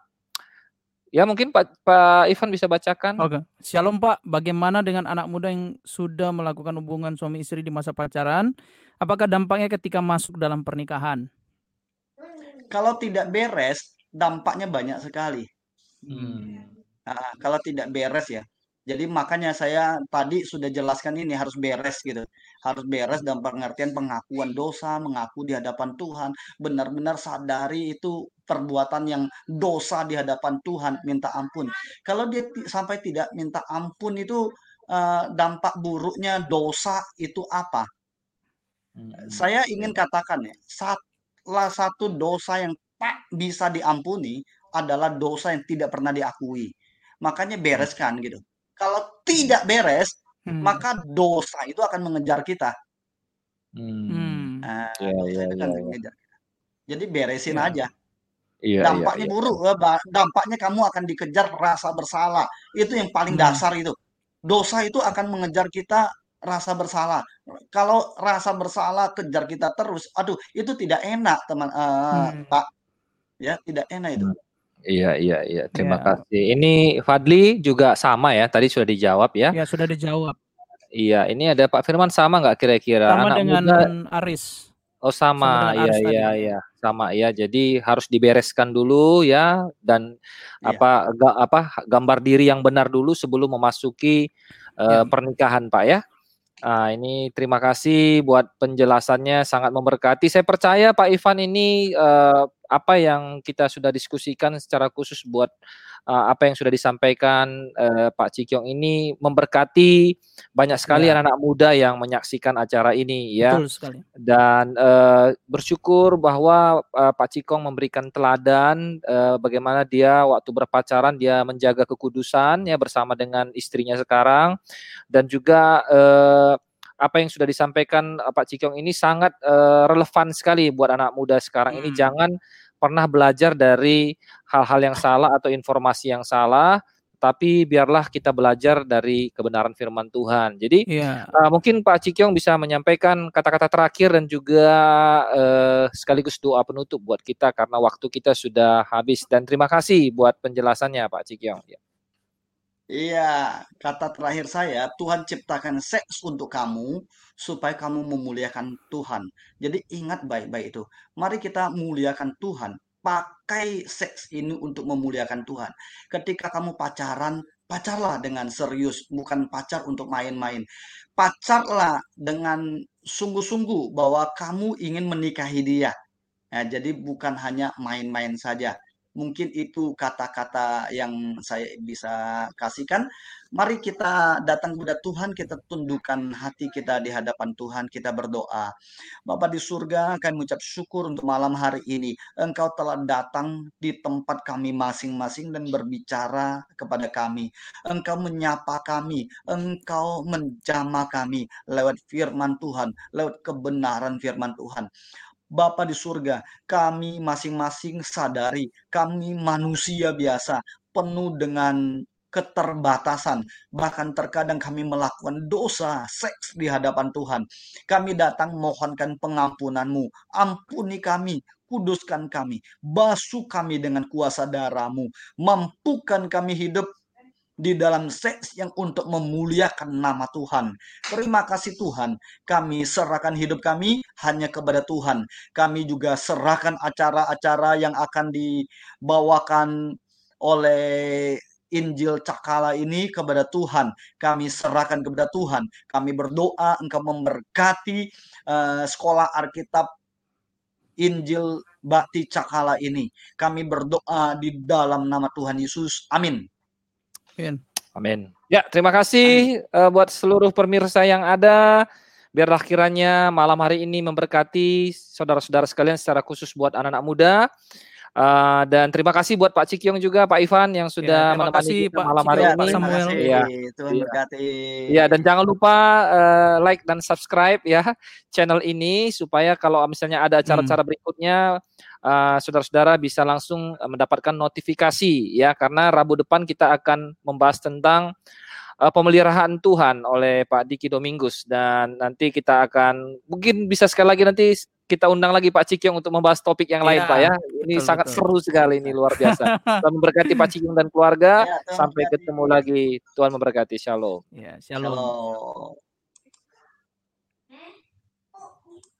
Ya mungkin Pak Pak Ivan bisa bacakan. Oke. Shalom Pak, bagaimana dengan anak muda yang sudah melakukan hubungan suami istri di masa pacaran? Apakah dampaknya ketika masuk dalam pernikahan? Kalau tidak beres, dampaknya banyak sekali. Hmm. Nah, kalau tidak beres ya. Jadi makanya saya tadi sudah jelaskan ini harus beres gitu. Harus beres dalam pengertian pengakuan dosa, mengaku di hadapan Tuhan, benar-benar sadari itu perbuatan yang dosa di hadapan Tuhan, minta ampun. Kalau dia ti- sampai tidak minta ampun itu eh, dampak buruknya dosa itu apa? Hmm. Saya ingin katakan ya, salah satu dosa yang tak bisa diampuni adalah dosa yang tidak pernah diakui. Makanya bereskan gitu. Kalau tidak beres, Hmm. maka dosa itu akan mengejar kita. Hmm. Hmm. Nah, Ya, dosa ya, itu ya, akan ya. mengejar kita. Jadi beresin Ya. aja. Iya, iya, Dampaknya iya. buruk, eh, ba- dampaknya kamu akan dikejar rasa bersalah. Itu yang paling Hmm. dasar itu. Dosa itu akan mengejar kita rasa bersalah. Kalau rasa bersalah kejar kita terus, aduh, itu tidak enak, teman eh, Hmm. Pak. Ya, tidak enak itu. Hmm. Iya, iya, iya. Terima Ya. kasih. Ini Fadli juga sama ya. Tadi sudah dijawab ya. Ya sudah dijawab. Iya, ini ada Pak Firman sama nggak kira-kira? Sama Anak dengan muda, Aris. oh Sama sama, dengan iya, Aris iya, tadi. iya, sama ya. Jadi harus dibereskan dulu ya, dan Iya. apa, ga- apa gambar diri yang benar dulu sebelum memasuki eh, Ya. pernikahan, Pak ya. Ah, ini terima kasih buat penjelasannya, sangat memberkati. Saya percaya Pak Ivan ini eh, apa yang kita sudah diskusikan secara khusus buat eh, apa yang sudah disampaikan eh, Pak Cikyong ini memberkati banyak sekali Ya. anak-anak muda yang menyaksikan acara ini ya. Betul sekali. Dan eh, bersyukur bahwa eh, Pak Cikong memberikan teladan eh, bagaimana dia waktu berpacaran dia menjaga kekudusan ya bersama dengan istrinya sekarang, dan juga eh, apa yang sudah disampaikan eh, Pak Cikong ini sangat eh, relevan sekali buat anak muda sekarang ini. Hmm. Jangan pernah belajar dari hal-hal yang salah atau informasi yang salah, tapi biarlah kita belajar dari kebenaran firman Tuhan. Jadi Ya. uh, mungkin Pak Cikyong bisa menyampaikan kata-kata terakhir dan juga uh, sekaligus doa penutup buat kita karena waktu kita sudah habis. Dan terima kasih buat penjelasannya Pak Cikyong. Ya. Iya, kata terakhir saya, Tuhan ciptakan seks untuk kamu supaya kamu memuliakan Tuhan. Jadi ingat baik-baik itu. Mari kita muliakan Tuhan. Pakai seks ini untuk memuliakan Tuhan. Ketika kamu pacaran, pacarlah dengan serius, bukan pacar untuk main-main. Pacarlah dengan sungguh-sungguh bahwa kamu ingin menikahi dia. Nah, jadi bukan hanya main-main saja. Mungkin itu kata-kata yang saya bisa kasihkan. Mari kita datang kepada Tuhan, kita tundukkan hati kita di hadapan Tuhan, kita berdoa. Bapa di surga, kami mengucap syukur untuk malam hari ini. Engkau telah datang di tempat kami masing-masing dan berbicara kepada kami. Engkau menyapa kami, Engkau menjamah kami lewat firman Tuhan, lewat kebenaran firman Tuhan. Bapa di surga, kami masing-masing sadari, kami manusia biasa, penuh dengan keterbatasan. Bahkan terkadang kami melakukan dosa seks di hadapan Tuhan. Kami datang mohonkan pengampunan-Mu. Ampuni kami, kuduskan kami, basuh kami dengan kuasa darah-Mu. Mampukan kami hidup di dalam seks yang untuk memuliakan nama Tuhan. Terima kasih Tuhan, kami serahkan hidup kami hanya kepada Tuhan. Kami juga serahkan acara-acara yang akan dibawakan oleh Injil Cakala ini kepada Tuhan. Kami serahkan kepada Tuhan. Kami berdoa Engkau memberkati uh, sekolah Alkitab Injil Bakti Cakala ini. Kami berdoa di dalam nama Tuhan Yesus. Amin. Amin. Amin. Ya, terima kasih uh, buat seluruh pemirsa yang ada. Biarlah kiranya malam hari ini memberkati saudara-saudara sekalian, secara khusus buat anak-anak muda. Uh, dan terima kasih buat Pak Cikyong juga, Pak Ivan yang sudah ya, menemani kasih, kita Pak malam hari Cikyong, ini. Pak Samuel. Ya, Tuhan berkati. Ya, dan jangan lupa uh, like dan subscribe ya channel ini supaya kalau misalnya ada acara-acara hmm. berikutnya uh, saudara-saudara bisa langsung mendapatkan notifikasi ya, karena Rabu depan kita akan membahas tentang uh, pemeliharaan Tuhan oleh Pak Diki Domingus, dan nanti kita akan mungkin bisa sekali lagi nanti kita undang lagi Pak Cikyong untuk membahas topik yang ya, lain Pak ya. Ini betul, sangat betul. seru sekali, ini luar biasa. Tuhan memberkati Pak Cikyong dan keluarga. Ya, sampai berkati. Ketemu lagi. Tuhan memberkati. Shalom. Ya, shalom. Shalom.